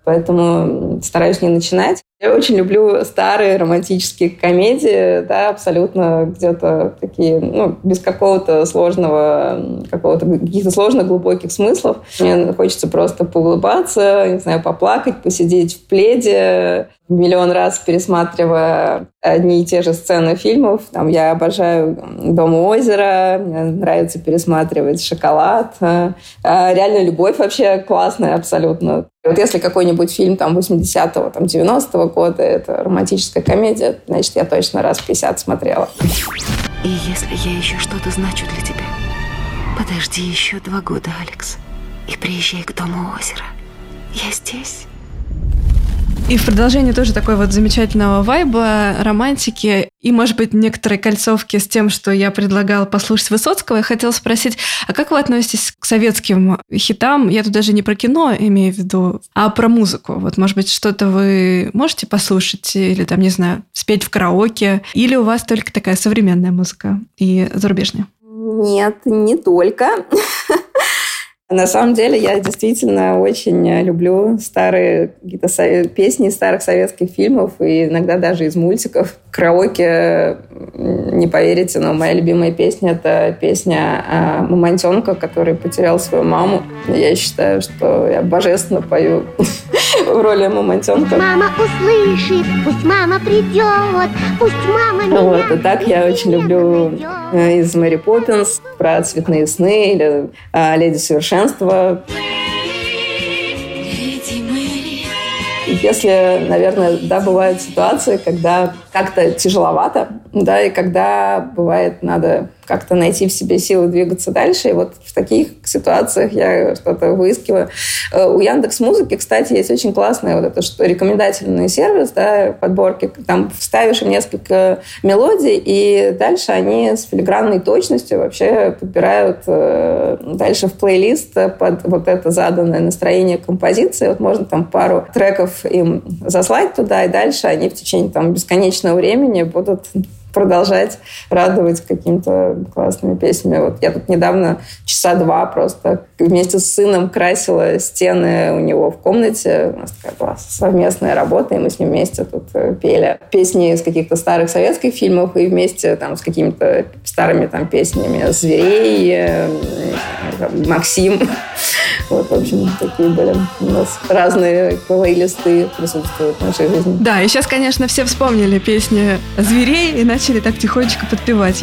поэтому стараюсь не начинать. Я очень люблю старые романтические комедии, да, абсолютно где-то такие, без какого-то сложного, каких-то сложных глубоких смыслов. Мне хочется просто поулыбаться, не знаю, поплакать, посидеть в пледе, миллион раз пересматривая одни и те же сцены фильмов. Там я обожаю «Дом у озера», мне нравится пересматривать «Шоколад». Реально любовь вообще классная абсолютно. Вот если какой-нибудь фильм там 80-го, там 90-го года, это романтическая комедия, значит, я точно раз 50 смотрела. И если я еще что-то значу для тебя, подожди еще 2 года, Алекс, и приезжай к Дому у озера. Я здесь. И в продолжении тоже такой вот замечательного вайба, романтики и, может быть, некоторые кольцовки с тем, что я предлагала послушать Высоцкого, я хотела спросить, а как вы относитесь к советским хитам? Я тут даже не про кино имею в виду, а про музыку. Вот, может быть, что-то вы можете послушать или, там, не знаю, спеть в караоке? Или у вас только такая современная музыка и зарубежная? Нет, не только. На самом деле я действительно очень люблю старые какие-то песни из старых советских фильмов и иногда даже из мультиков. Караоке, не поверите, но моя любимая песня – это песня «Мамонтенка», который потерял свою маму. Я считаю, что я божественно пою в роли мамонтенка. Пусть мама услышит, пусть мама придет, пусть мама меня... Вот, и так я очень люблю из «Мэри Поппинс» про цветные сны или «Леди совершенства». Если, наверное, да, бывают ситуации, когда как-то тяжеловато, да, и когда бывает надо как-то найти в себе силы двигаться дальше. И вот в таких ситуациях я что-то выискиваю. У Яндекс.Музыки, кстати, есть очень классный вот это, что рекомендательный сервис, да, подборки. Там вставишь им несколько мелодий, и дальше они с филигранной точностью вообще подбирают дальше в плейлист под вот это заданное настроение композиции. Вот можно там пару треков им заслать туда, и дальше они в течение там бесконечного времени будут продолжать радовать какими-то классными песнями. Вот я тут недавно часа 2 просто вместе с сыном красила стены у него в комнате. У нас такая была совместная работа, и мы с ним вместе тут пели песни из каких-то старых советских фильмов и вместе там с какими-то старыми там песнями «Зверей», «Максим». Вот, в общем, такие были у нас разные плейлисты присутствуют в нашей жизни. Да, и сейчас, конечно, все вспомнили песни «Зверей» и начали так тихонечко подпевать.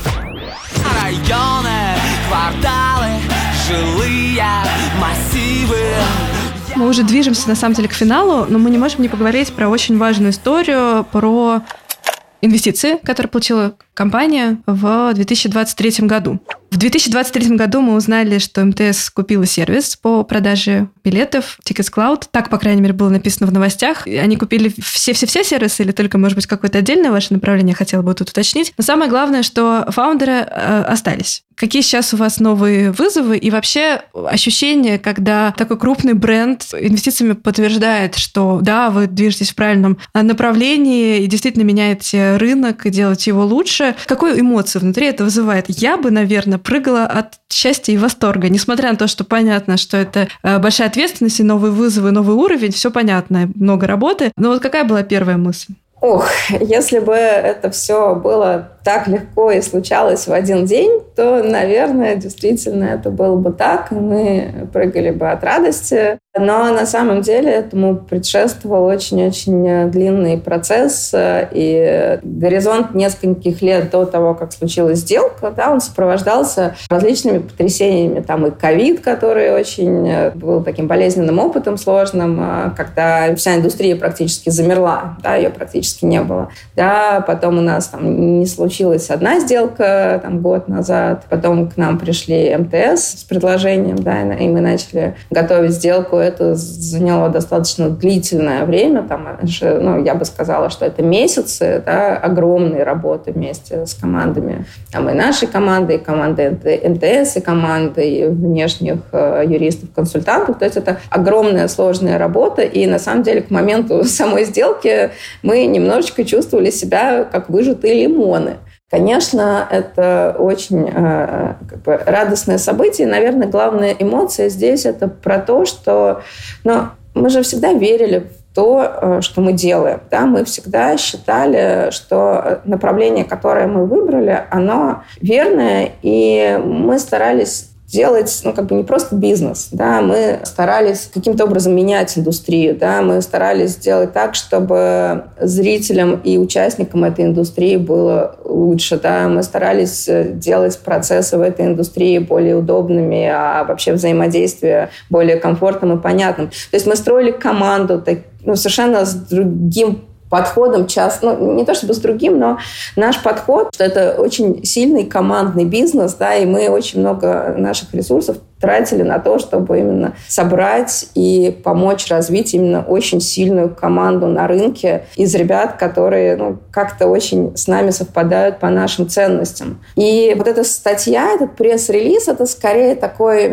Районы, кварталы, жилые массивы. Мы уже движемся, на самом деле, к финалу, но мы не можем не поговорить про очень важную историю, про инвестиции, которые получила компания в 2023 году. В 2023 году мы узнали, что МТС купила сервис по продаже билетов Tickets.Cloud. Так, по крайней мере, было написано в новостях. Они купили все-все-все сервисы или только, может быть, какое-то отдельное ваше направление, я хотела бы тут уточнить. Но самое главное, что фаундеры остались. Какие сейчас у вас новые вызовы и вообще ощущение, когда такой крупный бренд инвестициями подтверждает, что да, вы движетесь в правильном направлении и действительно меняете рынок и делаете его лучше? Какую эмоцию внутри это вызывает? Я бы, наверное, прыгала от счастья и восторга, несмотря на то, что понятно, что это большая ответственность и новые вызовы, новый уровень, все понятно, много работы. Но вот какая была первая мысль? Ох, если бы это все было так легко и случалось в один день, то, наверное, действительно это было бы так, и мы прыгали бы от радости. Но на самом деле этому предшествовал очень-очень длинный процесс, и горизонт нескольких лет до того, как случилась сделка, да, он сопровождался различными потрясениями. Там и ковид, который очень был таким болезненным опытом, сложным, когда вся индустрия практически замерла, да, ее практически не было. Да, потом у нас там не случилась одна сделка там, год назад, потом к нам пришли МТС с предложением, да, и мы начали готовить сделку. Это заняло достаточно длительное время, там, я бы сказала, что это месяцы, да, огромной работы вместе с командами, там, и нашей командой, и командой МТС, и командой внешних юристов-консультантов. То есть это огромная сложная работа, и на самом деле к моменту самой сделки мы немножечко чувствовали себя как выжатые лимоны. Конечно, это очень радостное событие. Наверное, главная эмоция здесь это про то, что мы же всегда верили в то, что мы делаем. Да? Мы всегда считали, что направление, которое мы выбрали, оно верное, и мы старались делать, не просто бизнес, да, мы старались каким-то образом менять индустрию, да, мы старались сделать так, чтобы зрителям и участникам этой индустрии было лучше, да, мы старались делать процессы в этой индустрии более удобными, а вообще взаимодействие более комфортным и понятным. То есть мы строили команду совершенно с другим подходом не то чтобы с другим, но наш подход, что это очень сильный командный бизнес, да, и мы очень много наших ресурсов тратили на то, чтобы именно собрать и помочь развить именно очень сильную команду на рынке из ребят, которые как-то очень с нами совпадают по нашим ценностям. И вот эта статья, этот пресс-релиз, это скорее такой,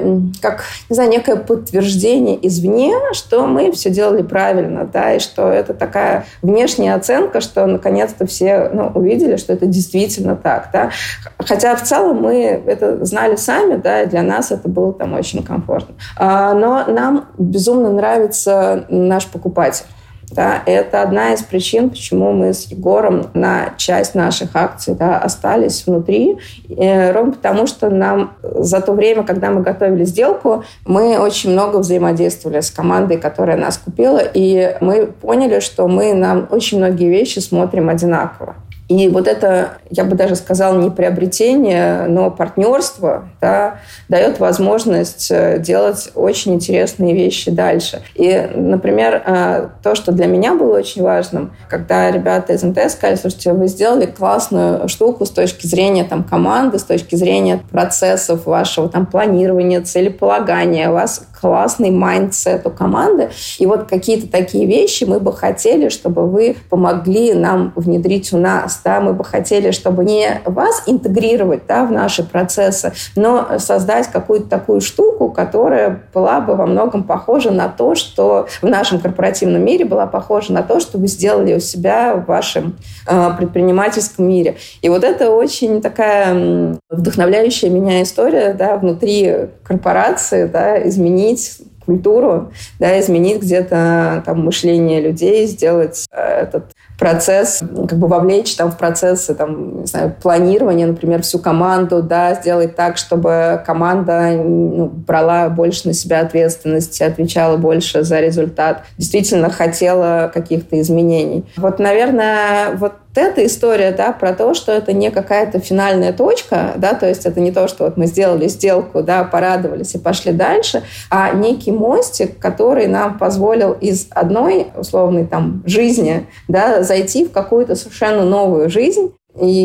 некое подтверждение извне, что мы все делали правильно, да, и что это такая внешняя оценка, что наконец-то все увидели, что это действительно так, да. Хотя в целом мы это знали сами, да, и для нас это было там очень комфортно. Но нам безумно нравится наш покупатель. Да, это одна из причин, почему мы с Егором на часть наших акций остались внутри. Ровно потому, что нам за то время, когда мы готовили сделку, мы очень много взаимодействовали с командой, которая нас купила, и мы поняли, что мы на очень многие вещи смотрим одинаково. И вот это, я бы даже сказала, не приобретение, но партнерство, да, дает возможность делать очень интересные вещи дальше. И, например, то, что для меня было очень важным, когда ребята из МТС сказали, слушайте, вы сделали классную штуку с точки зрения команды, с точки зрения процессов вашего планирования, целеполагания, у вас классный майндсет у команды. И вот какие-то такие вещи мы бы хотели, чтобы вы помогли нам внедрить у нас. Да? Мы бы хотели, чтобы не вас интегрировать, да, в наши процессы, но создать какую-то такую штуку, которая была бы во многом похожа на то, что в нашем корпоративном мире была похожа на то, что вы сделали у себя в вашем предпринимательском мире. И вот это очень такая вдохновляющая меня история, да, внутри корпорации, да, изменить культуру, да, изменить где-то мышление людей, сделать этот процесс, вовлечь в процессы планирования, например, всю команду, да, сделать так, чтобы команда брала больше на себя ответственности, отвечала больше за результат, действительно хотела каких-то изменений. Вот, наверное, вот эта история, да, про то, что это не какая-то финальная точка, да, то есть это не то, что вот мы сделали сделку, да, порадовались и пошли дальше, а некий мостик, который нам позволил из одной условной жизни, да, зайти в какую-то совершенно новую жизнь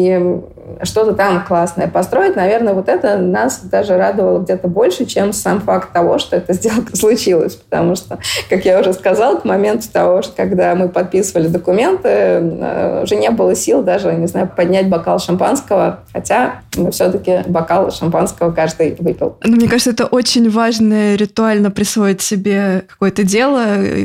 и что-то там классное построить. Наверное, вот это нас даже радовало где-то больше, чем сам факт того, что эта сделка случилась. Потому что, как я уже сказала, к моменту того, когда мы подписывали документы, уже не было сил даже, не знаю, поднять бокал шампанского. Хотя мы все-таки бокал шампанского каждый выпил. Мне кажется, это очень важно ритуально присвоить себе какое-то дело,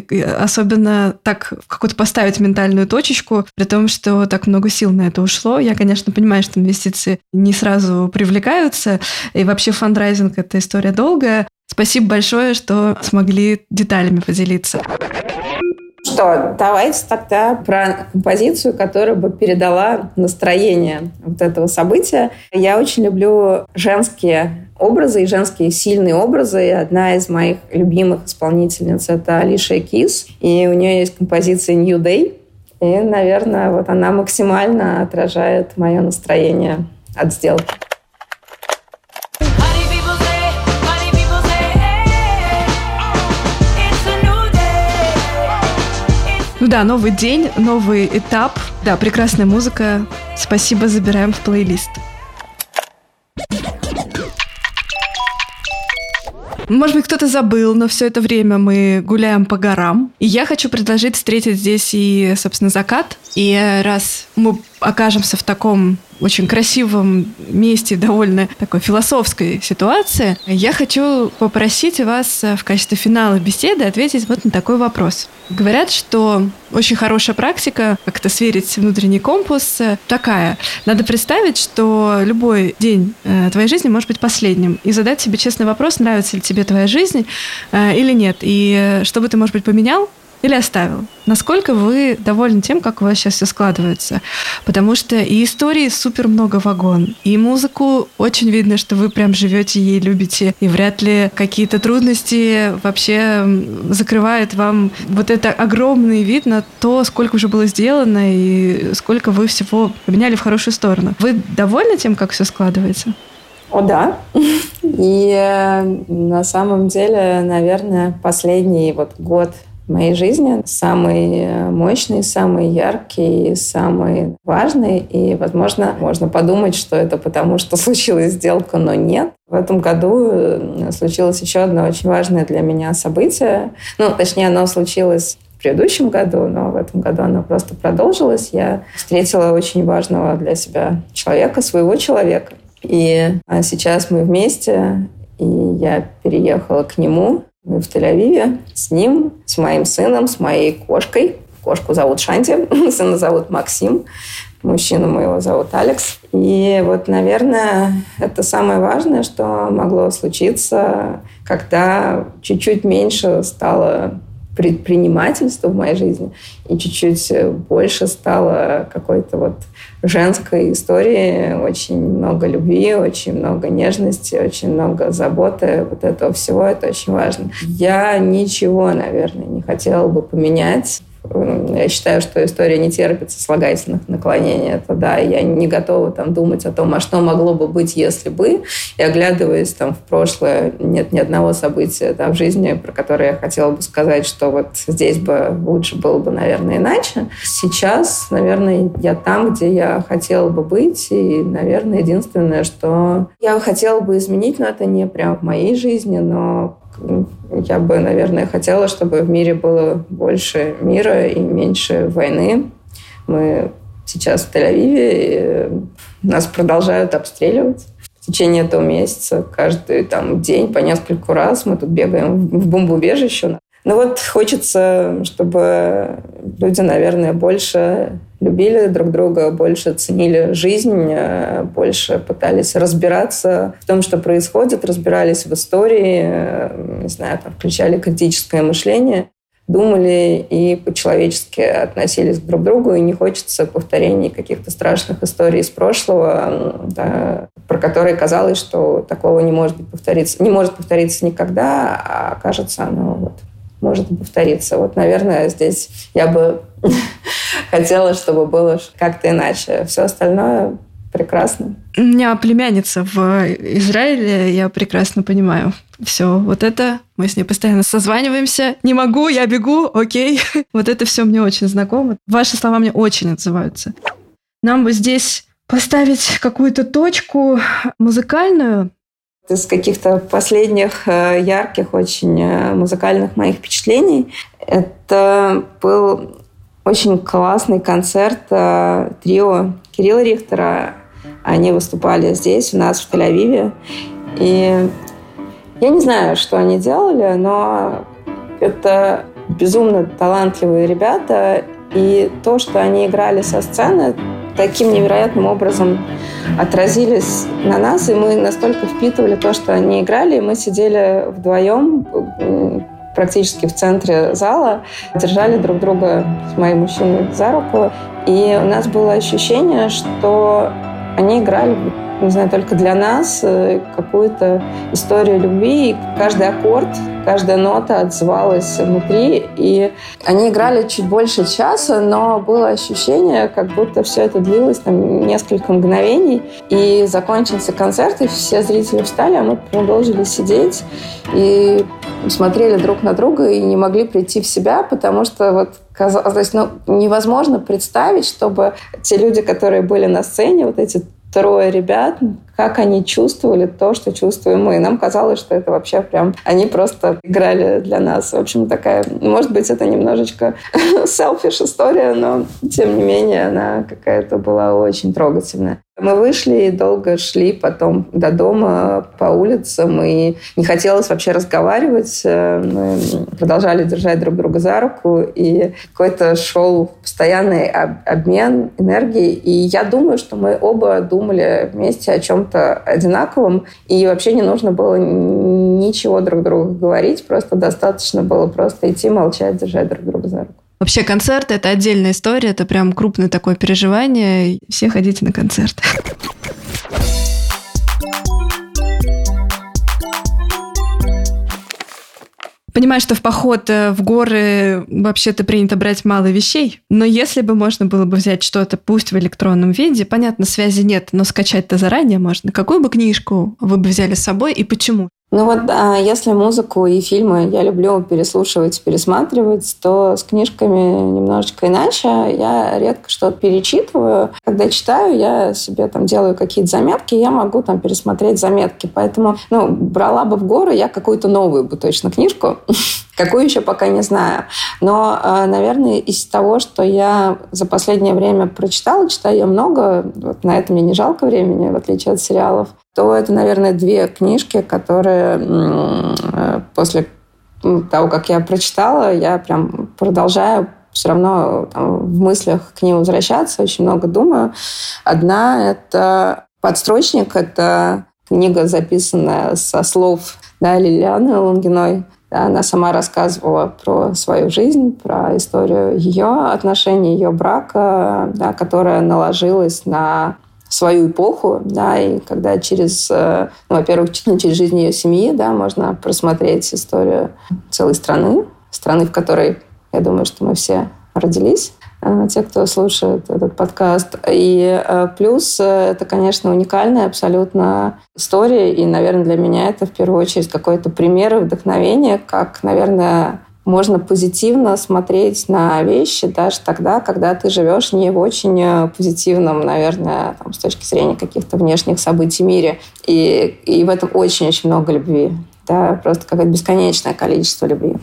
особенно так какую-то поставить ментальную точечку, при том, что так много сил на это ушло. Я, конечно, понимаю, что инвестиции не сразу привлекаются, и вообще фандрайзинг — это история долгая. Спасибо большое, что смогли деталями поделиться. Что, давайте тогда про композицию, которая бы передала настроение вот этого события. Я очень люблю женские образы и женские сильные образы. И одна из моих любимых исполнительниц — это Алиша Кис. И у нее есть композиция «New Day». И, наверное, вот она максимально отражает мое настроение от сделки. Ну да, новый день, новый этап. Да, прекрасная музыка. Спасибо, забираем в плейлист. Может быть, кто-то забыл, но все это время мы гуляем по горам. И я хочу предложить встретить здесь и, собственно, закат. И раз мы окажемся в таком очень красивом месте, довольно такой философской ситуации, я хочу попросить вас в качестве финала беседы ответить вот на такой вопрос. Говорят, что очень хорошая практика как-то сверить внутренний компас такая. Надо представить, что любой день твоей жизни может быть последним, и задать себе честный вопрос, нравится ли тебе твоя жизнь или нет, и что бы ты, может быть, поменял или оставил? Насколько вы довольны тем, как у вас сейчас все складывается? Потому что и истории супер много вагон, и музыку очень видно, что вы прям живете ей, любите, и вряд ли какие-то трудности вообще закрывают вам вот это огромный вид на то, сколько уже было сделано и сколько вы всего поменяли в хорошую сторону. Вы довольны тем, как все складывается? О, да. И на самом деле, наверное, последний год в моей жизни самый мощный, самый яркий, самый важный. И, возможно, можно подумать, что это потому, что случилась сделка, но нет. В этом году случилось еще одно очень важное для меня событие. Точнее, оно случилось в предыдущем году, но в этом году оно просто продолжилось. Я встретила очень важного для себя человека, своего человека. И сейчас мы вместе, и я переехала к нему. Мы в Тель-Авиве с ним, с моим сыном, с моей кошкой. Кошку зовут Шанти, сына зовут Максим, мужчину моего зовут Алекс. И наверное, это самое важное, что могло случиться, когда чуть-чуть меньше стало предпринимательства в моей жизни и чуть-чуть больше стало какой-то женской истории, очень много любви, очень много нежности, очень много заботы, этого всего, это очень важно. Я ничего, наверное, не хотела бы поменять. Я считаю, что история не терпит сослагательных наклонений. Это да, я не готова думать о том, а что могло бы быть, если бы. И оглядываясь в прошлое, нет ни одного события в жизни, про которое я хотела бы сказать, что здесь бы лучше было бы, наверное, иначе. Сейчас, наверное, я там, где я хотела бы быть. И, наверное, единственное, что я хотела бы изменить, но это не прям в моей жизни, но я бы, наверное, хотела, чтобы в мире было больше мира и меньше войны. Мы сейчас в Тель-Авиве, и нас продолжают обстреливать. В течение этого месяца каждый день по нескольку раз мы тут бегаем в бомбоубежище. Хочется, чтобы люди, наверное, больше любили друг друга, больше ценили жизнь, больше пытались разбираться в том, что происходит, разбирались в истории, не знаю, включали критическое мышление, думали и по-человечески относились друг к другу, и не хочется повторений каких-то страшных историй из прошлого, про которые казалось, что такого не может повториться никогда, а кажется, оно может повториться. Наверное, здесь я бы хотела, чтобы было как-то иначе. Все остальное прекрасно. У меня племянница в Израиле, я прекрасно понимаю. Все, это мы с ней постоянно созваниваемся. Не могу, я бегу, окей. Это все мне очень знакомо. Ваши слова мне очень отзываются. Нам бы здесь поставить какую-то точку музыкальную. Из каких-то последних ярких очень музыкальных моих впечатлений это был очень классный концерт трио Кирилла Рихтера. Они выступали здесь, у нас, в Тель-Авиве. И я не знаю, что они делали, но это безумно талантливые ребята. И то, что они играли со сцены, таким невероятным образом отразились на нас, и мы настолько впитывали то, что они играли, и мы сидели вдвоем практически в центре зала, держали друг друга с моим мужчиной за руку, и у нас было ощущение, что они играли, не знаю, только для нас какую-то историю любви, и каждый аккорд, каждая нота отзывалась внутри, и они играли чуть больше часа, но было ощущение, как будто все это длилось несколько мгновений, и закончился концерт, и все зрители встали, а мы продолжили сидеть и смотрели друг на друга и не могли прийти в себя, потому что казалось, невозможно представить, чтобы те люди, которые были на сцене, эти трое ребят, как они чувствовали то, что чувствуем мы. Нам казалось, что это вообще прям... Они просто играли для нас. В общем, такая... Может быть, это немножечко селфиш история, но, тем не менее, она какая-то была очень трогательная. Мы вышли и долго шли потом до дома по улицам, и не хотелось вообще разговаривать. Мы продолжали держать друг друга за руку, и какой-то шел постоянный обмен энергией. И я думаю, что мы оба думали вместе о чем-то одинаковом, и вообще не нужно было ничего друг другу говорить, просто достаточно было просто идти, молчать, держать друг друга за руку. Вообще концерт — это отдельная история, это прям крупное такое переживание. Все ходите на концерт. Понимаю, что в поход в горы вообще-то принято брать мало вещей, но если бы можно было бы взять что-то, пусть в электронном виде, понятно, связи нет, но скачать-то заранее можно. Какую бы книжку вы бы взяли с собой и почему? Ну вот, если музыку и фильмы я люблю переслушивать, пересматривать, то с книжками немножечко иначе. Я редко что-то перечитываю. Когда читаю, я себе там делаю какие-то заметки, я могу там пересмотреть заметки. Поэтому, брала бы в горы я какую-то новую бы точно книжку. Какую еще пока не знаю. Но, наверное, из того, что я за последнее время прочитала, читаю я много, вот на это мне не жалко времени, в отличие от сериалов, то это, наверное, 2 книжки, которые после того, как я прочитала, я прям продолжаю все равно там, в мыслях к ним возвращаться, очень много думаю. Одна — это «Подстрочник», это книга, записанная со слов Лилианы Лунгиной. Она сама рассказывала про свою жизнь, про историю ее отношений, ее брака, которая наложилась на свою эпоху, и когда во-первых, через жизнь ее семьи, можно просмотреть историю целой страны, в которой, я думаю, что мы все родились, те, кто слушает этот подкаст. И плюс это, конечно, уникальная абсолютно история, и, наверное, для меня это в первую очередь какой-то пример и вдохновение, как, наверное, можно позитивно смотреть на вещи даже тогда, когда ты живешь не в очень позитивном, наверное, с точки зрения каких-то внешних событий мире. И в этом очень-очень много любви. Просто какое-то бесконечное количество любви.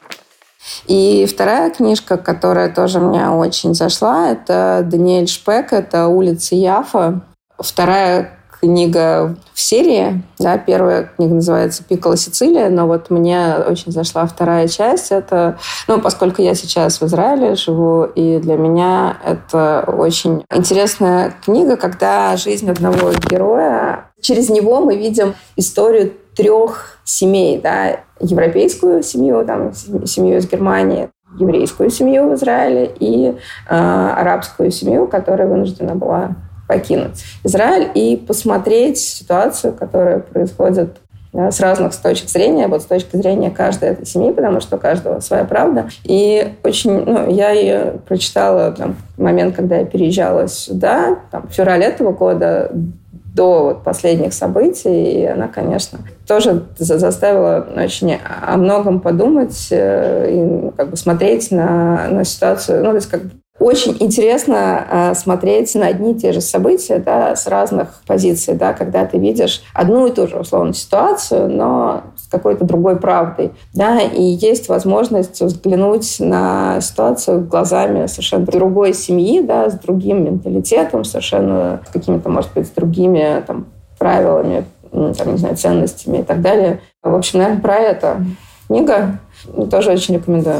И вторая книжка, которая тоже мне очень зашла, это Даниэль Шпек, это «Улицы Яффа». Вторая книга в серии. Первая книга называется «Пикколо Сицилия», но вот мне очень зашла вторая часть. Это, поскольку я сейчас в Израиле живу, и для меня это очень интересная книга, когда жизнь одного героя, через него мы видим историю 3 семей, европейскую семью, семью из Германии, еврейскую семью в Израиле и арабскую семью, которая вынуждена была покинуть Израиль, и посмотреть ситуацию, которая происходит с разных точек зрения, вот с точки зрения каждой этой семьи, потому что у каждого своя правда. И очень, я ее прочитала в момент, когда я переезжала сюда, в феврале этого года, до последних событий, и она, конечно, тоже заставила очень о многом подумать и смотреть на ситуацию. Очень интересно смотреть на одни и те же события, с разных позиций, когда ты видишь одну и ту же, условно, ситуацию, но с какой-то другой правдой, и есть возможность взглянуть на ситуацию глазами совершенно другой семьи, с другим менталитетом, совершенно с какими-то, может быть, с другими правилами, ценностями и так далее. В общем, наверное, про это книга. Тоже очень рекомендую.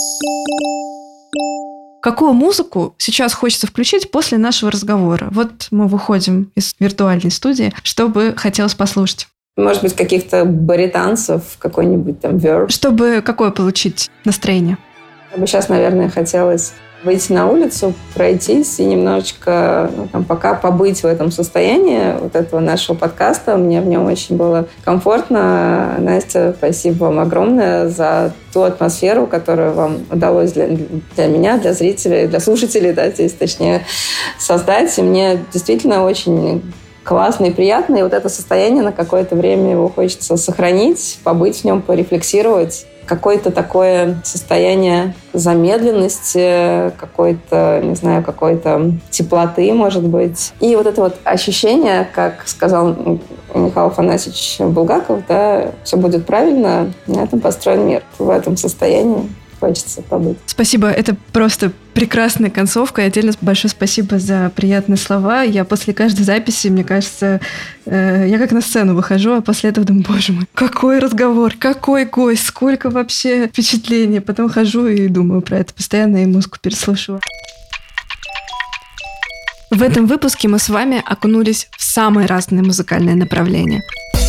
Какую музыку сейчас хочется включить после нашего разговора? Вот мы выходим из виртуальной студии. Что бы хотелось послушать? Может быть, каких-то баританцев, какой-нибудь Verve. Чтобы какое получить настроение? Мне бы сейчас, наверное, хотелось выйти на улицу, пройтись и немножечко пока побыть в этом состоянии вот этого нашего подкаста. Мне в нем очень было комфортно. Настя, спасибо вам огромное за ту атмосферу, которую вам удалось для меня, для зрителей, для слушателей, здесь точнее, создать. И мне действительно очень классно и приятно. И вот это состояние на какое-то время его хочется сохранить, побыть в нем, порефлексировать. Какое-то такое состояние замедленности, какой-то теплоты, может быть. И вот это вот ощущение, как сказал Михаил Афанасьевич Булгаков, все будет правильно, на этом построен мир. В этом состоянии хочется побыть. Спасибо, это просто Прекрасная концовка. И отдельно большое спасибо за приятные слова. Я после каждой записи, мне кажется, я как на сцену выхожу, а после этого думаю, боже мой, какой разговор, какой гость, сколько вообще впечатлений. Потом хожу и думаю про это постоянно, и музыку переслушиваю. В этом выпуске мы с вами окунулись в самые разные музыкальные направления.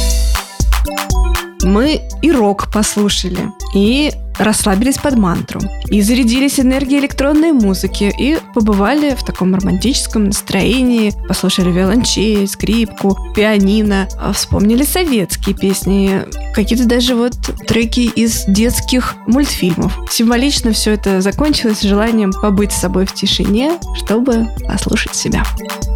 Мы и рок послушали, и расслабились под мантру, и зарядились энергией электронной музыки, и побывали в таком романтическом настроении, послушали виолончель, скрипку, пианино, вспомнили советские песни, какие-то даже вот треки из детских мультфильмов. Символично все это закончилось желанием побыть с собой в тишине, чтобы послушать себя.